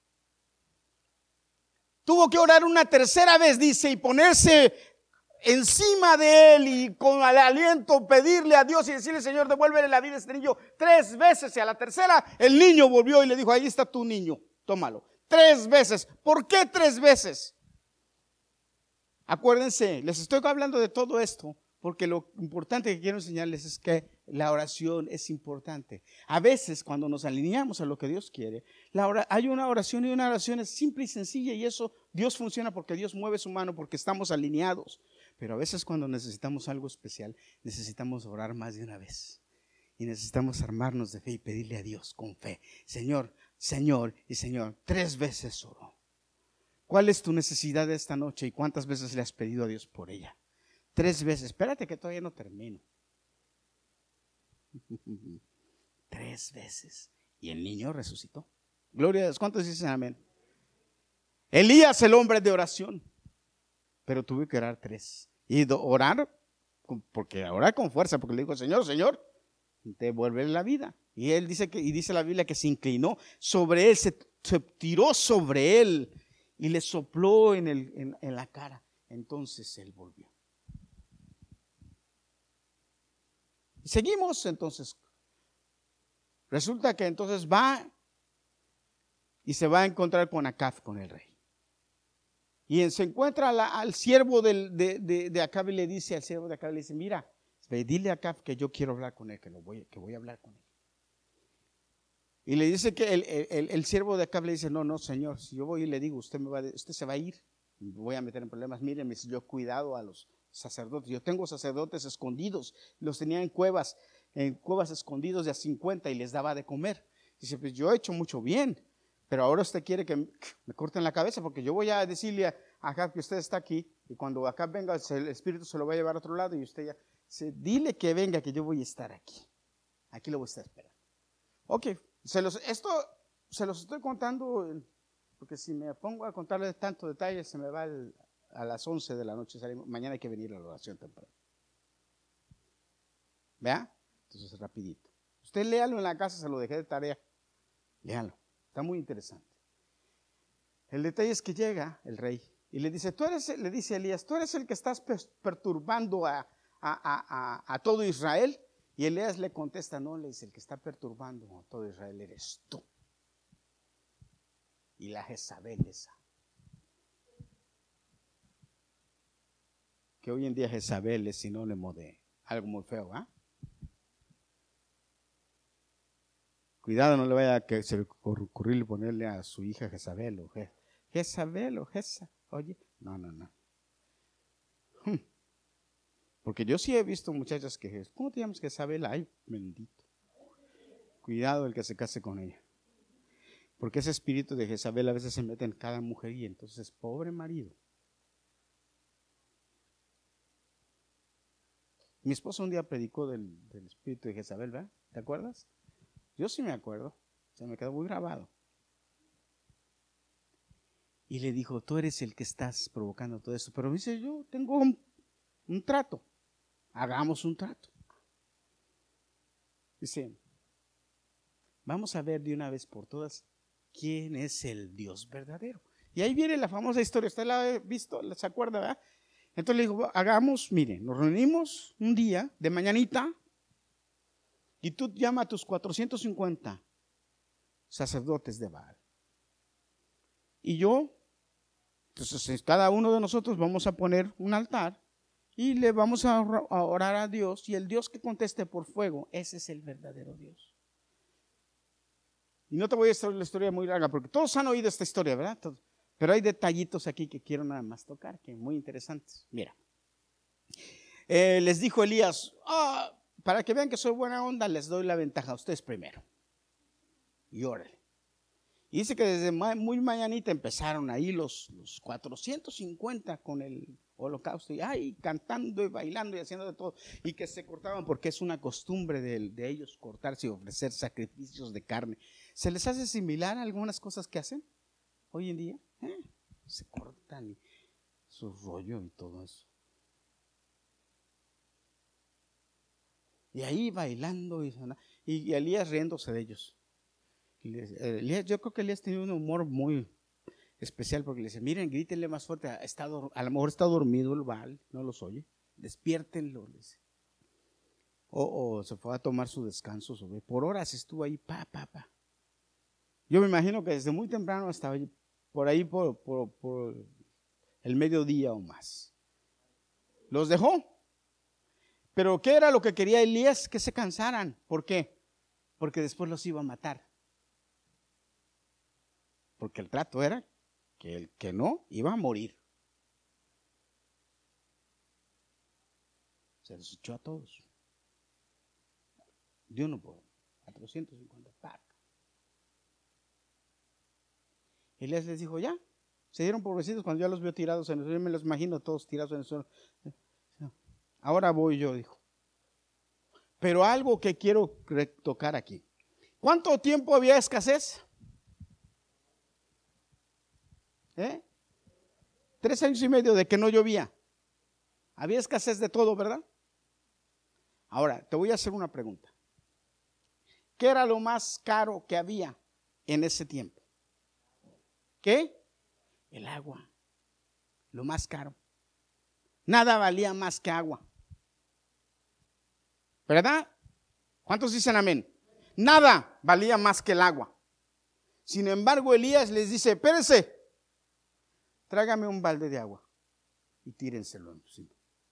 Speaker 1: Tuvo que orar una tercera vez, dice, y ponerse encima de él y con el aliento pedirle a Dios y decirle: Señor, devuélvele la vida a este niño 3 veces. Y a la tercera el niño volvió y le dijo: ahí está tu niño, tómalo. 3 veces. ¿Por qué 3 veces? Acuérdense, les estoy hablando de todo esto porque lo importante que quiero enseñarles es que la oración es importante. A veces cuando nos alineamos a lo que Dios quiere, hay una oración, y una oración es simple y sencilla, y eso Dios funciona porque Dios mueve su mano, porque estamos alineados. Pero a veces cuando necesitamos algo especial, necesitamos orar más de una vez. Y necesitamos armarnos de fe y pedirle a Dios con fe: Señor, Señor y Señor. 3 veces oró. ¿Cuál es tu necesidad de esta noche y cuántas veces le has pedido a Dios por ella? 3 veces. Espérate que todavía no termino. 3 veces. Y el niño resucitó. Gloria a Dios. ¿Cuántos dicen amén? Elías, el hombre de oración, pero tuve que orar 3. Y orar, porque orar con fuerza, porque le dijo: Señor, Señor, devuelve la vida. Y él dice y dice la Biblia que se inclinó sobre él, se tiró sobre él y le sopló en la cara. Entonces él volvió. Y seguimos entonces. Resulta que entonces va y se va a encontrar con Acab, con el rey. Y se encuentra al siervo de Acab y le dice al siervo de Acab, le dice: mira, dile a Acab que yo quiero hablar con él, que voy a hablar con él. Y le dice que el siervo de Acab le dice: no, señor, si yo voy y le digo, usted se va a ir, me voy a meter en problemas. Miren, yo he cuidado a los sacerdotes, yo tengo sacerdotes escondidos, los tenía en cuevas escondidos de a 50 y les daba de comer. Dice: pues yo he hecho mucho bien, pero ahora usted quiere que me corten la cabeza, porque yo voy a decirle a Acab que usted está aquí, y cuando Acab venga el espíritu se lo va a llevar a otro lado, y usted ya, dile que venga, que yo voy a estar aquí lo voy a estar esperando. Ok, esto se los estoy contando porque si me pongo a contarles tantos detalles se me va a las 11 de la noche. Mañana hay que venir a la oración temprano. ¿Vea? Entonces rapidito. Usted léalo en la casa, se lo dejé de tarea. Léalo, está muy interesante. El detalle es que llega el rey y le dice: le dice a Elías: tú eres el que estás perturbando a todo Israel. Y Elías le contesta: no, le dice, el que está perturbando a todo Israel eres tú. Y la Jezabel esa. Que hoy en día Jezabel es sinónimo de algo muy feo, ¿ah? Cuidado, no le vaya a que se le ocurrir ponerle a su hija Jezabel o Jezabel o Jeza. Oye, no. Porque yo sí he visto muchachas que, ¿cómo te llamas Jezabel? Ay, bendito. Cuidado el que se case con ella. Porque ese espíritu de Jezabel a veces se mete en cada mujer y entonces, pobre marido. Mi esposa un día predicó del espíritu de Jezabel, ¿verdad? ¿Te acuerdas? Yo sí me acuerdo. Se me quedó muy grabado. Y le dijo: tú eres el que estás provocando todo esto. Pero dice: yo tengo un trato. Hagamos un trato. Dice: vamos a ver de una vez por todas quién es el Dios verdadero. Y ahí viene la famosa historia. ¿Usted la ha visto? ¿Se acuerda, verdad? Entonces le dijo: hagamos, miren, nos reunimos un día de mañanita y tú llama a tus 450 sacerdotes de Baal. Y yo, entonces cada uno de nosotros vamos a poner un altar y le vamos a orar a Dios, y el Dios que conteste por fuego, ese es el verdadero Dios. Y no te voy a hacer la historia muy larga porque todos han oído esta historia, ¿verdad? Pero hay detallitos aquí que quiero nada más tocar, que muy interesantes. Mira, les dijo Elías: para que vean que soy buena onda, les doy la ventaja a ustedes primero. Y órale. Y dice que desde muy mañanita empezaron ahí los 450 con el holocausto, y ahí cantando y bailando y haciendo de todo, y que se cortaban porque es una costumbre de ellos cortarse y ofrecer sacrificios de carne. ¿Se les hace similar a algunas cosas que hacen hoy en día? Se cortan y su rollo y todo eso. Y ahí bailando y Elías riéndose de ellos. Yo creo que Elías tenía un humor muy especial porque le dice, miren, grítenle más fuerte, a lo mejor está dormido el Baal, no los oye, despiértenlo. O se fue a tomar su descanso, por horas estuvo ahí, pa. Yo me imagino que desde muy temprano estaba allí, por ahí por el mediodía o más. Los dejó. Pero ¿qué era lo que quería Elías? Que se cansaran. ¿Por qué? Porque después los iba a matar. Porque el trato era que el que no iba a morir. Se los echó a todos. De uno por 450 pacas. Elías les dijo, ya, se dieron por vencidos cuando ya los vio tirados en el suelo. Yo me los imagino todos tirados en el suelo. Ahora voy yo, dijo. Pero algo que quiero tocar aquí. ¿Cuánto tiempo había escasez? 3 años y medio de que no llovía. Había escasez de todo, ¿verdad? Ahora, te voy a hacer una pregunta. ¿Qué era lo más caro que había en ese tiempo? ¿Qué? El agua. Lo más caro. Nada valía más que agua. ¿Verdad? ¿Cuántos dicen amén? Nada valía más que el agua. Sin embargo, Elías les dice, espérense, tráigame un balde de agua y tírenselo encima.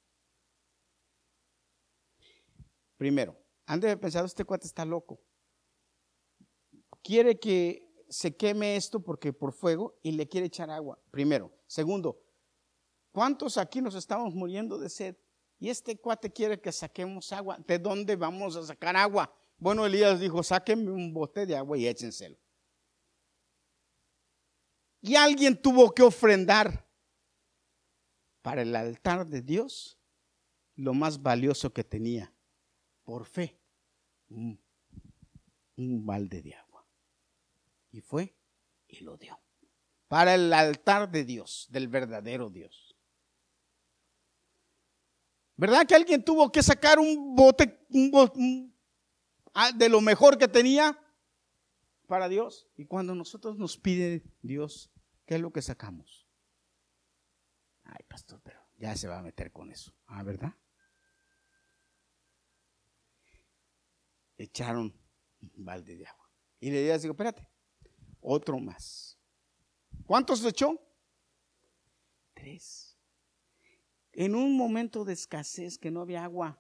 Speaker 1: Primero, han de haber pensado, este cuate está loco. Quiere que se queme esto porque por fuego y le quiere echar agua. Primero. Segundo, ¿cuántos aquí nos estamos muriendo de sed? Y este cuate quiere que saquemos agua. ¿De dónde vamos a sacar agua? Bueno, Elías dijo, sáquenme un bote de agua y échenselo. Y alguien tuvo que ofrendar para el altar de Dios lo más valioso que tenía, por fe, un balde de agua. Y fue y lo dio. Para el altar de Dios, del verdadero Dios. ¿Verdad que alguien tuvo que sacar un bote de lo mejor que tenía para Dios? Y cuando nosotros nos pide Dios, ¿qué es lo que sacamos? Ay, pastor, pero ya se va a meter con eso. ¿Verdad? Echaron un balde de agua. Y le digo, espérate, otro más. ¿Cuántos le echó? 3. En un momento de escasez que no había agua.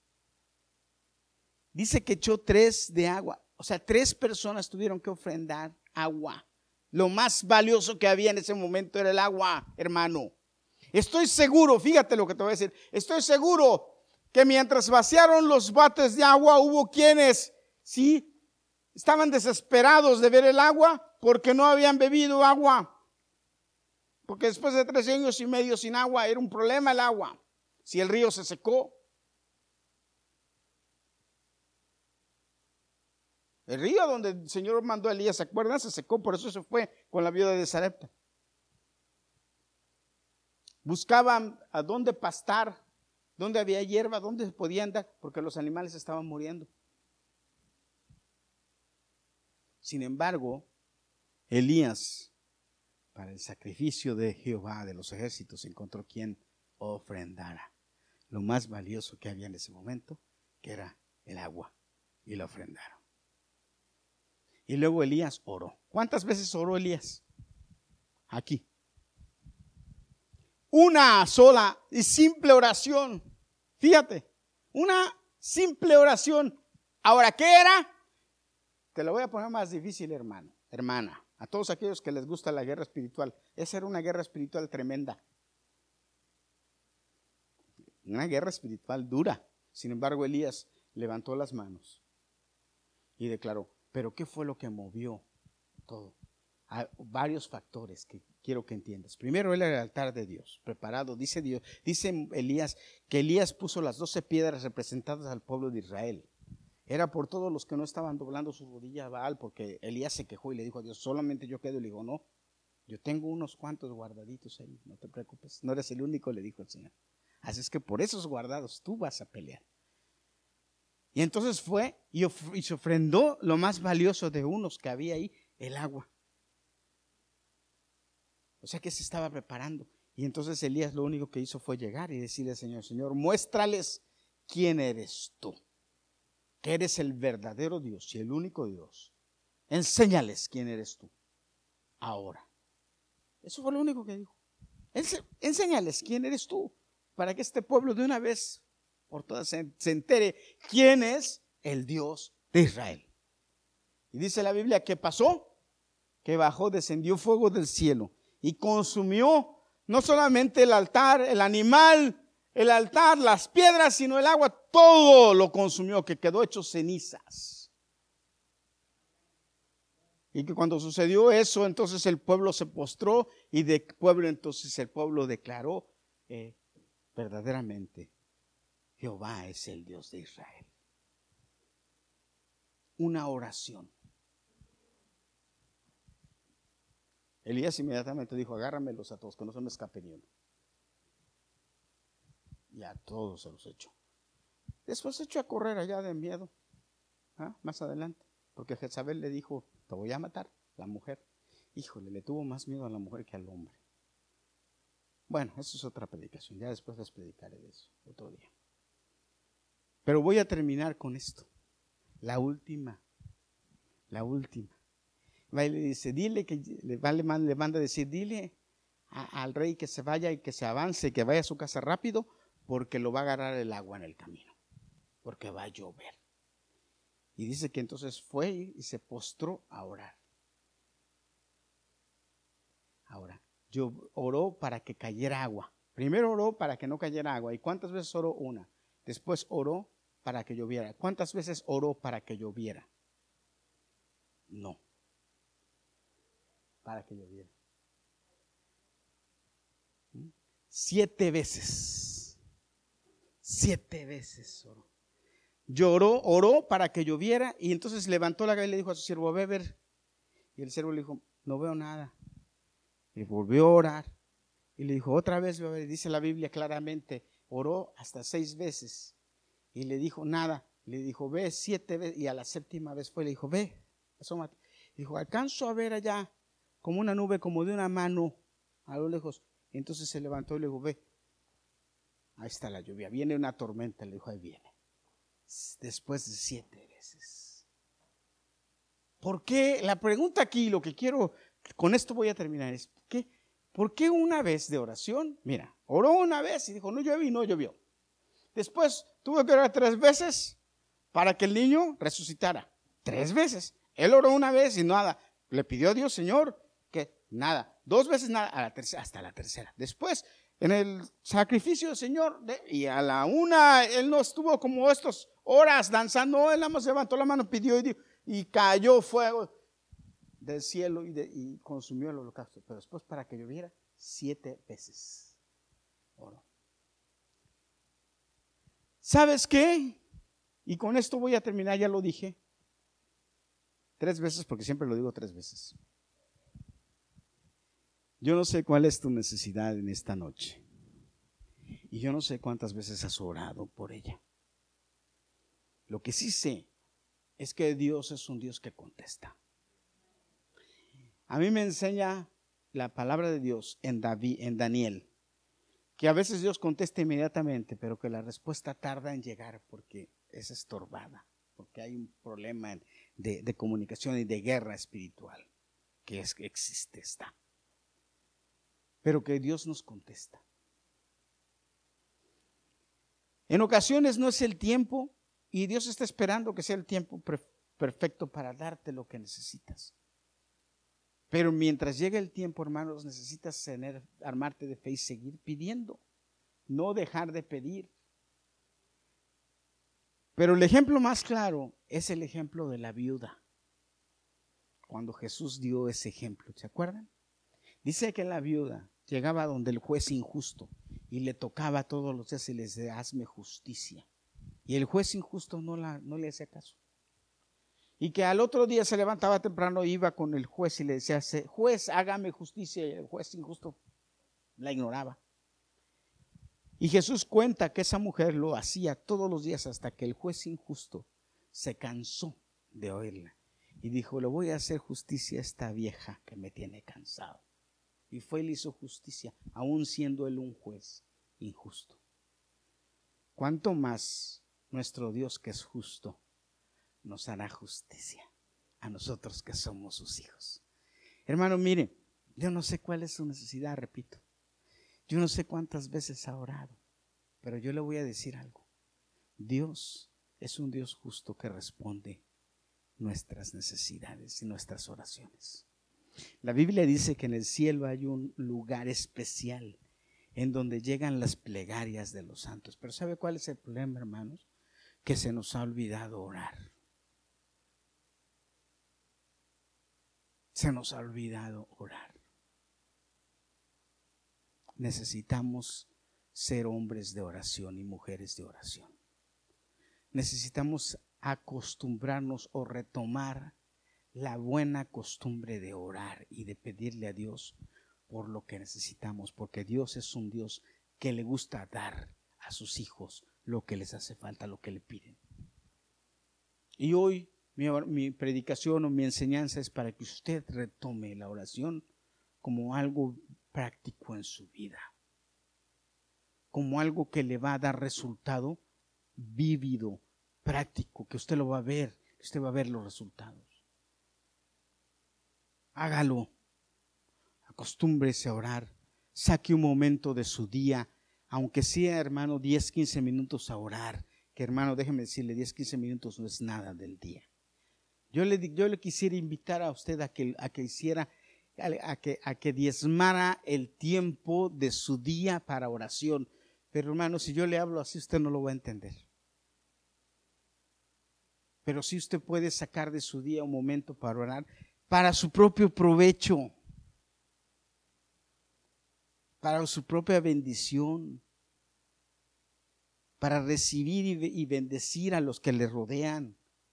Speaker 1: Dice que echó 3 de agua. O sea, 3 personas tuvieron que ofrendar agua. Lo más valioso que había en ese momento era el agua, hermano. Estoy seguro, fíjate lo que te voy a decir. Estoy seguro que mientras vaciaron los botes de agua, hubo quienes, sí, estaban desesperados de ver el agua porque no habían bebido agua. Porque después de 3 años y medio sin agua, era un problema el agua. Si el río se secó. El río donde el Señor mandó a Elías, ¿se acuerdan? Se secó, por eso se fue con la viuda de Sarepta. Buscaban a dónde pastar, dónde había hierba, dónde se podían dar, porque los animales estaban muriendo. Sin embargo, Elías, para el sacrificio de Jehová de los ejércitos, encontró quien ofrendara lo más valioso que había en ese momento, que era el agua, y lo ofrendaron. Y luego Elías oró. ¿Cuántas veces oró Elías? Aquí. Una sola y simple oración. Fíjate, una simple oración. Ahora, ¿qué era? Te lo voy a poner más difícil, hermano, hermana. A todos aquellos que les gusta la guerra espiritual. Esa era una guerra espiritual tremenda. Una guerra espiritual dura. Sin embargo, Elías levantó las manos y declaró, ¿pero qué fue lo que movió todo? Hay varios factores que quiero que entiendas. Primero, el altar de Dios, preparado. Dice Elías que Elías puso las 12 piedras representadas al pueblo de Israel. Era por todos los que no estaban doblando su rodilla a Baal, porque Elías se quejó y le dijo a Dios, solamente yo quedo. Y le dijo, no, yo tengo unos cuantos guardaditos ahí, no te preocupes, no eres el único, le dijo el Señor. Así es que por esos guardados tú vas a pelear. Y entonces fue y se ofrendó lo más valioso de unos que había ahí, el agua. O sea que se estaba preparando. Y entonces Elías lo único que hizo fue llegar y decirle al Señor: Señor, muéstrales quién eres tú, que eres el verdadero Dios y el único Dios. Enséñales quién eres tú ahora. Eso fue lo único que dijo. Enséñales quién eres tú, para que este pueblo de una vez por todas se entere quién es el Dios de Israel. Y dice la Biblia que pasó, que bajó, descendió fuego del cielo y consumió no solamente el altar, el animal, el altar, las piedras, sino el agua, todo lo consumió, que quedó hecho cenizas. Y que cuando sucedió eso, entonces el pueblo se postró y de pueblo entonces el pueblo declaró verdaderamente: Jehová es el Dios de Israel. Una oración. Elías inmediatamente dijo: agárramelos a todos, que no se me escape ni uno. Y a todos se los echó. Después se echó a correr allá de miedo, más adelante, porque Jezabel le dijo: te voy a matar, la mujer. Híjole, le tuvo más miedo a la mujer que al hombre. Bueno, eso es otra predicación, ya después les predicaré de eso otro día. Pero voy a terminar con esto, la última. Va y le dice: dile que le manda a decir: dile al rey que se vaya y que se avance, que vaya a su casa rápido, porque lo va a agarrar el agua en el camino, porque va a llover. Y dice que entonces fue y se postró a orar. Ahora, oró para que cayera agua. Primero oró para que no cayera agua. ¿Y cuántas veces oró? Una. Después oró para que lloviera. ¿Cuántas veces oró para que lloviera? No. Para que lloviera. 7 veces. 7 veces oró. Oró para que lloviera, y entonces levantó la cabeza y le dijo a su siervo: ve a ver. Y el siervo le dijo: no veo nada. Y volvió a orar y le dijo: otra vez, dice la Biblia claramente, oró hasta 6 veces y le dijo nada. Le dijo: ve 7 veces, y a la 7ª vez fue y le dijo: ve, asómate. Dijo: alcanzo a ver allá como una nube, como de una mano a lo lejos. Y entonces se levantó y le dijo: ve, ahí está la lluvia, viene una tormenta. Le dijo: ahí viene. Después de 7 veces. ¿Por qué? La pregunta aquí, lo que quiero, con esto voy a terminar, es: ¿por qué una vez de oración? Mira, oró una vez y dijo: no llueve, y no llovió. Después tuvo que orar 3 veces para que el niño resucitara. 3 veces. Él oró una vez y nada. Le pidió a Dios: Señor, que nada. 2 veces nada, hasta la tercera. Después, en el sacrificio del Señor, y a la 1, él no estuvo como estos horas danzando. Él nada más levantó la mano, pidió y cayó fuego del cielo y consumió el holocausto. Pero después, para que lloviera, 7 veces oró. ¿Sabes qué? Y con esto voy a terminar, ya lo dije 3 veces, porque siempre lo digo 3 veces. Yo no sé cuál es tu necesidad en esta noche, y yo no sé cuántas veces has orado por ella. Lo que sí sé es que Dios es un Dios que contesta. A mí me enseña la palabra de Dios en Daniel, que a veces Dios contesta inmediatamente, pero que la respuesta tarda en llegar porque es estorbada, porque hay un problema de comunicación y de guerra espiritual que existe, está. Pero que Dios nos contesta. En ocasiones no es el tiempo, y Dios está esperando que sea el tiempo perfecto para darte lo que necesitas. Pero mientras llegue el tiempo, hermanos, necesitas armarte de fe y seguir pidiendo, no dejar de pedir. Pero el ejemplo más claro es el ejemplo de la viuda. Cuando Jesús dio ese ejemplo, ¿se acuerdan? Dice que la viuda llegaba donde el juez injusto y le tocaba todos los días y le decía: hazme justicia. Y el juez injusto no le hacía caso. Y que al otro día se levantaba temprano, iba con el juez y le decía: juez, hágame justicia. Y el juez injusto la ignoraba. Y Jesús cuenta que esa mujer lo hacía todos los días hasta que el juez injusto se cansó de oírla y dijo: le voy a hacer justicia a esta vieja que me tiene cansado. Y fue y le hizo justicia, aun siendo él un juez injusto. ¿Cuánto más nuestro Dios, que es justo, nos hará justicia a nosotros que somos sus hijos? Hermano, mire, yo no sé cuál es su necesidad, repito. Yo no sé cuántas veces ha orado, pero yo le voy a decir algo. Dios es un Dios justo que responde nuestras necesidades y nuestras oraciones. La Biblia dice que en el cielo hay un lugar especial en donde llegan las plegarias de los santos. Pero ¿sabe cuál es el problema, hermanos? Que se nos ha olvidado orar. Se nos ha olvidado orar. Necesitamos ser hombres de oración y mujeres de oración. Necesitamos acostumbrarnos o retomar la buena costumbre de orar y de pedirle a Dios por lo que necesitamos, porque Dios es un Dios que le gusta dar a sus hijos lo que les hace falta, lo que le piden. Y hoy mi predicación o mi enseñanza es para que usted retome la oración como algo práctico en su vida, como algo que le va a dar resultado vívido, práctico, que usted lo va a ver, que usted va a ver los resultados. Hágalo, acostúmbrese a orar, saque un momento de su día, aunque sea, hermano, 10, 15 minutos a orar, que hermano, déjeme decirle, 10, 15 minutos no es nada del día. Yo le quisiera invitar a usted a que hiciera, a que diezmara el tiempo de su día para oración, pero hermano, si yo le hablo así, usted no lo va a entender. Pero si usted puede sacar de su día un momento para orar, para su propio provecho, para su propia bendición, para recibir y bendecir a los que le rodean,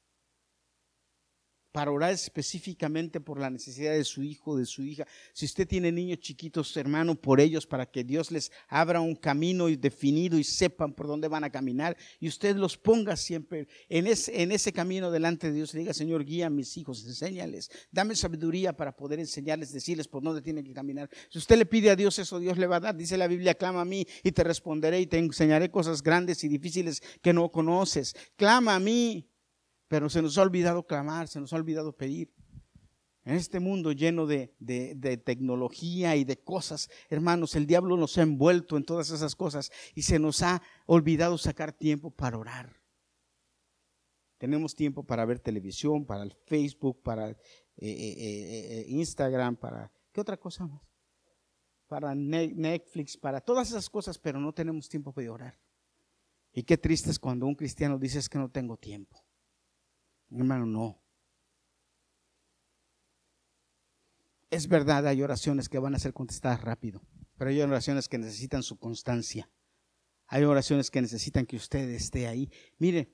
Speaker 1: para orar específicamente por la necesidad de su hijo, de su hija. Si usted tiene niños chiquitos, hermano, por ellos, para que Dios les abra un camino definido y sepan por dónde van a caminar, y usted los ponga siempre en ese camino delante de Dios. Le diga: Señor, guía a mis hijos, enséñales, dame sabiduría para poder enseñarles, decirles por dónde tienen que caminar. Si usted le pide a Dios eso, Dios le va a dar. Dice la Biblia: clama a mí y te responderé y te enseñaré cosas grandes y difíciles que no conoces. Clama a mí. Pero se nos ha olvidado clamar, se nos ha olvidado pedir. En este mundo lleno de tecnología y de cosas, hermanos, el diablo nos ha envuelto en todas esas cosas y se nos ha olvidado sacar tiempo para orar. Tenemos tiempo para ver televisión, para el Facebook, para Instagram, para ¿qué otra cosa más? Para Netflix, para todas esas cosas, pero no tenemos tiempo para orar. Y qué triste es cuando un cristiano dice: es que no tengo tiempo. Hermano, no. Es verdad, hay oraciones que van a ser contestadas rápido, pero hay oraciones que necesitan su constancia. Hay oraciones que necesitan que usted esté ahí. Mire,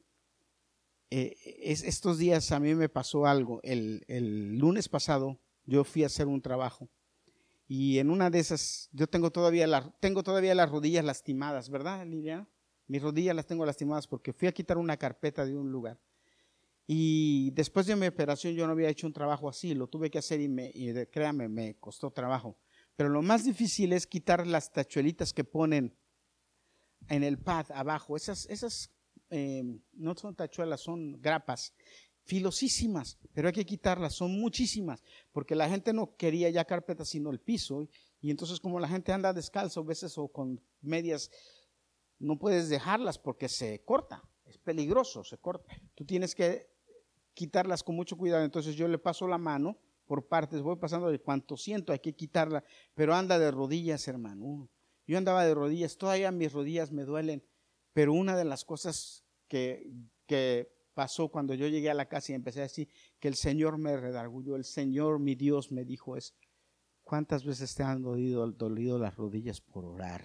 Speaker 1: estos días a mí me pasó algo. El lunes pasado yo fui a hacer un trabajo y en una de esas yo tengo todavía las rodillas lastimadas, ¿verdad, Liliana? Mis rodillas las tengo lastimadas porque fui a quitar una carpeta de un lugar. Y después de mi operación yo no había hecho un trabajo así, lo tuve que hacer y créame, me costó trabajo. Pero lo más difícil es quitar las tachuelitas que ponen en el pad abajo. Esas no son tachuelas, son grapas filosísimas, pero hay que quitarlas, son muchísimas, porque la gente no quería ya carpetas sino el piso. Y entonces, como la gente anda descalzo a veces o con medias, no puedes dejarlas porque se corta, es peligroso, se corta. Tú tienes que quitarlas con mucho cuidado. Entonces yo le paso la mano por partes, voy pasando de cuanto siento, hay que quitarla, pero anda de rodillas, hermano. Yo andaba de rodillas, todavía mis rodillas me duelen, pero una de las cosas que pasó cuando yo llegué a la casa y empecé a decir que el Señor me redarguyó, el Señor, mi Dios, me dijo es: ¿cuántas veces te han dolido las rodillas por orar?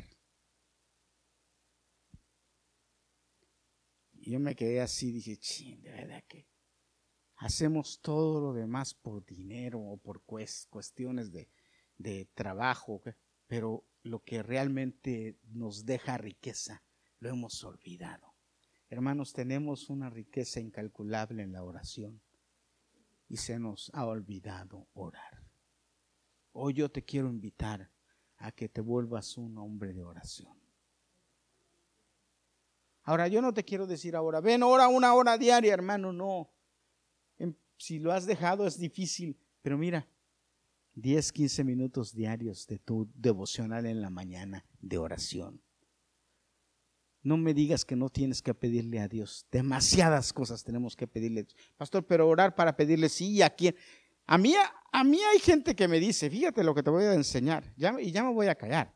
Speaker 1: Y yo me quedé así, dije: de verdad que hacemos todo lo demás por dinero o por cuestiones de trabajo, pero lo que realmente nos deja riqueza, lo hemos olvidado. Hermanos, tenemos una riqueza incalculable en la oración y se nos ha olvidado orar. Hoy yo te quiero invitar a que te vuelvas un hombre de oración. Ahora, yo no te quiero decir ahora, ven, ora 1 hora diaria, hermano, no. Si lo has dejado es difícil, pero mira, 10, 15 minutos diarios de tu devocional en la mañana de oración. No me digas que no tienes que pedirle a Dios. Demasiadas cosas tenemos que pedirle. Pastor, pero orar para pedirle, sí, ¿a quién? A mí hay gente que me dice, fíjate lo que te voy a enseñar, y ya me voy a callar.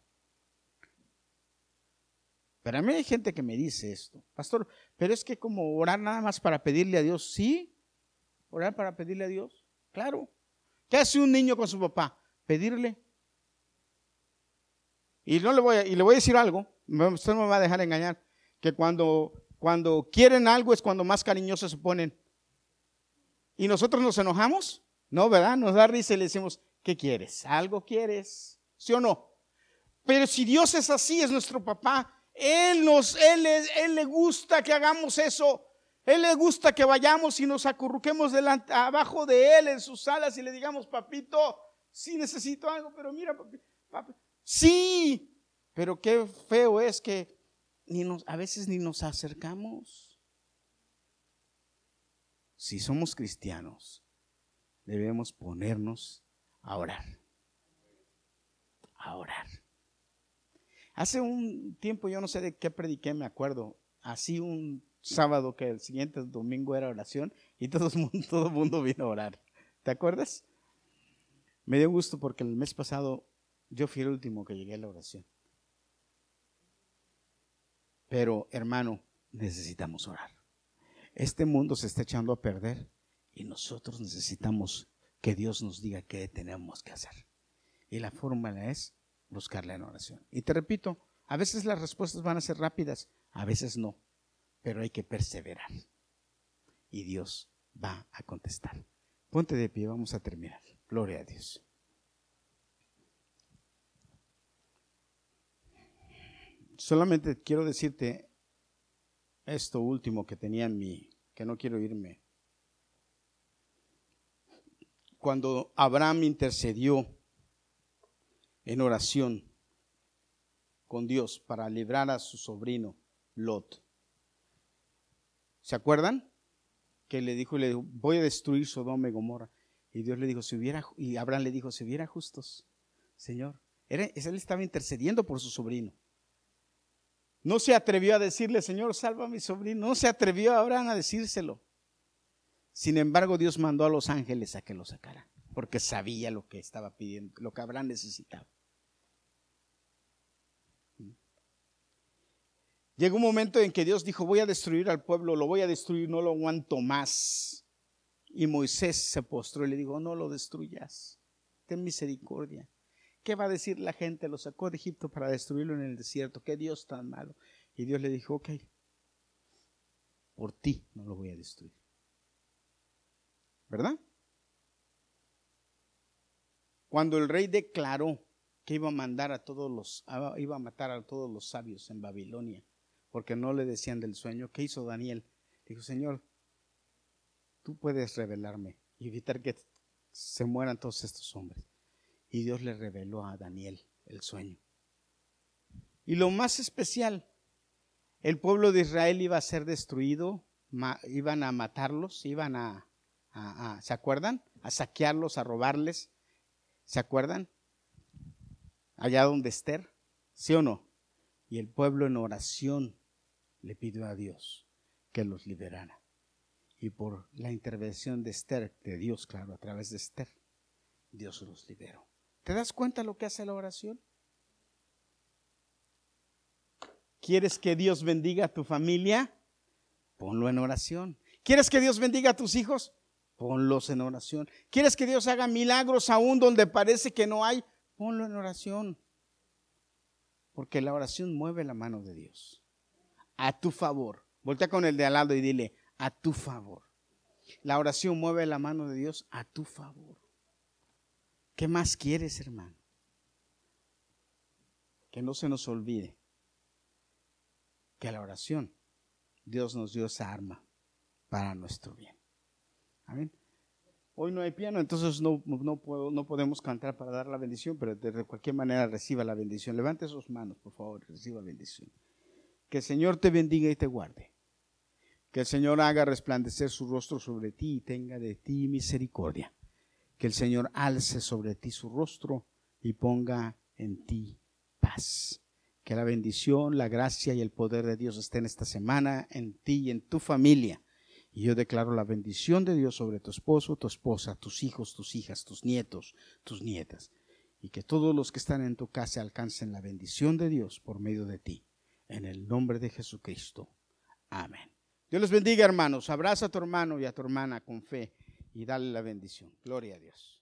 Speaker 1: Pero a mí hay gente que me dice esto, pastor, pero es que como orar nada más para pedirle a Dios, ¿sí? ¿Orar para pedirle a Dios? Claro. ¿Qué hace un niño con su papá? Pedirle. Y le voy a decir algo, usted no me va a dejar engañar, que cuando quieren algo es cuando más cariñosos se ponen. ¿Y nosotros nos enojamos? No, ¿verdad? Nos da risa y le decimos, ¿qué quieres? ¿Algo quieres? ¿Sí o no? Pero si Dios es así, es nuestro papá, Él le gusta que hagamos eso. Él le gusta que vayamos y nos acurruquemos abajo de Él en sus alas y le digamos, papito, sí necesito algo, pero mira, papi, sí, pero qué feo es que a veces ni nos acercamos. Si somos cristianos, debemos ponernos a orar. A orar. Hace un tiempo, yo no sé de qué prediqué, me acuerdo, así un sábado que el siguiente domingo era oración y todo el mundo vino a orar. ¿Te acuerdas? Me dio gusto porque el mes pasado yo fui el último que llegué a la oración. Pero, hermano, necesitamos orar. Este mundo se está echando a perder y nosotros necesitamos que Dios nos diga qué tenemos que hacer. Y la fórmula es buscarle en oración. Y te repito, a veces las respuestas van a ser rápidas, a veces no, pero hay que perseverar. Y Dios va a contestar. Ponte de pie, vamos a terminar. Gloria a Dios. Solamente quiero decirte esto último que tenía en mí, que no quiero irme. Cuando Abraham intercedió en oración con Dios para librar a su sobrino Lot, ¿se acuerdan? Que le dijo, voy a destruir Sodoma y Gomorra. Y Dios le dijo, y Abraham le dijo, si hubiera justos, Señor. Él estaba intercediendo por su sobrino. No se atrevió a decirle, Señor, salva a mi sobrino. No se atrevió Abraham a decírselo. Sin embargo, Dios mandó a los ángeles a que lo sacaran, porque sabía lo que estaba pidiendo, lo que Abraham necesitaba. Llegó un momento en que Dios dijo, voy a destruir al pueblo, lo voy a destruir, no lo aguanto más. Y Moisés se postró y le dijo, no lo destruyas, ten misericordia. ¿Qué va a decir la gente? Lo sacó de Egipto para destruirlo en el desierto. ¿Qué Dios tan malo? Y Dios le dijo, ok, por ti no lo voy a destruir. ¿Verdad? Cuando el rey declaró que iba a matar a todos los sabios en Babilonia, porque no le decían del sueño, ¿qué hizo Daniel? Dijo, Señor, tú puedes revelarme y evitar que se mueran todos estos hombres. Y Dios le reveló a Daniel el sueño. Y lo más especial, el pueblo de Israel iba a ser destruido, iban a matarlos, iban ¿se acuerdan? A saquearlos, a robarles. ¿Se acuerdan? Allá donde Esther, ¿sí o no? Y el pueblo en oración le pidió a Dios que los liberara. Y por la intervención de Esther, de Dios, claro, a través de Esther, Dios los liberó. ¿Te das cuenta lo que hace la oración? ¿Quieres que Dios bendiga a tu familia? Ponlo en oración. ¿Quieres que Dios bendiga a tus hijos? Ponlos en oración. ¿Quieres que Dios haga milagros aún donde parece que no hay? Ponlo en oración. Porque la oración mueve la mano de Dios. A tu favor. Voltea con el de al lado y dile, a tu favor. La oración mueve la mano de Dios a tu favor. ¿Qué más quieres, hermano? que no se nos olvide que la oración, Dios nos dio esa arma para nuestro bien. Amén. Hoy no hay piano, entonces no podemos cantar para dar la bendición, pero de cualquier manera reciba la bendición. Levante sus manos, por favor, reciba bendición. Que el Señor te bendiga y te guarde. Que el Señor haga resplandecer su rostro sobre ti y tenga de ti misericordia. Que el Señor alce sobre ti su rostro y ponga en ti paz. Que la bendición, la gracia y el poder de Dios estén esta semana en ti y en tu familia. Y yo declaro la bendición de Dios sobre tu esposo, tu esposa, tus hijos, tus hijas, tus nietos, tus nietas. Y que todos los que están en tu casa alcancen la bendición de Dios por medio de ti. En el nombre de Jesucristo. Amén. Dios les bendiga, hermanos. Abraza a tu hermano y a tu hermana con fe y dale la bendición. Gloria a Dios.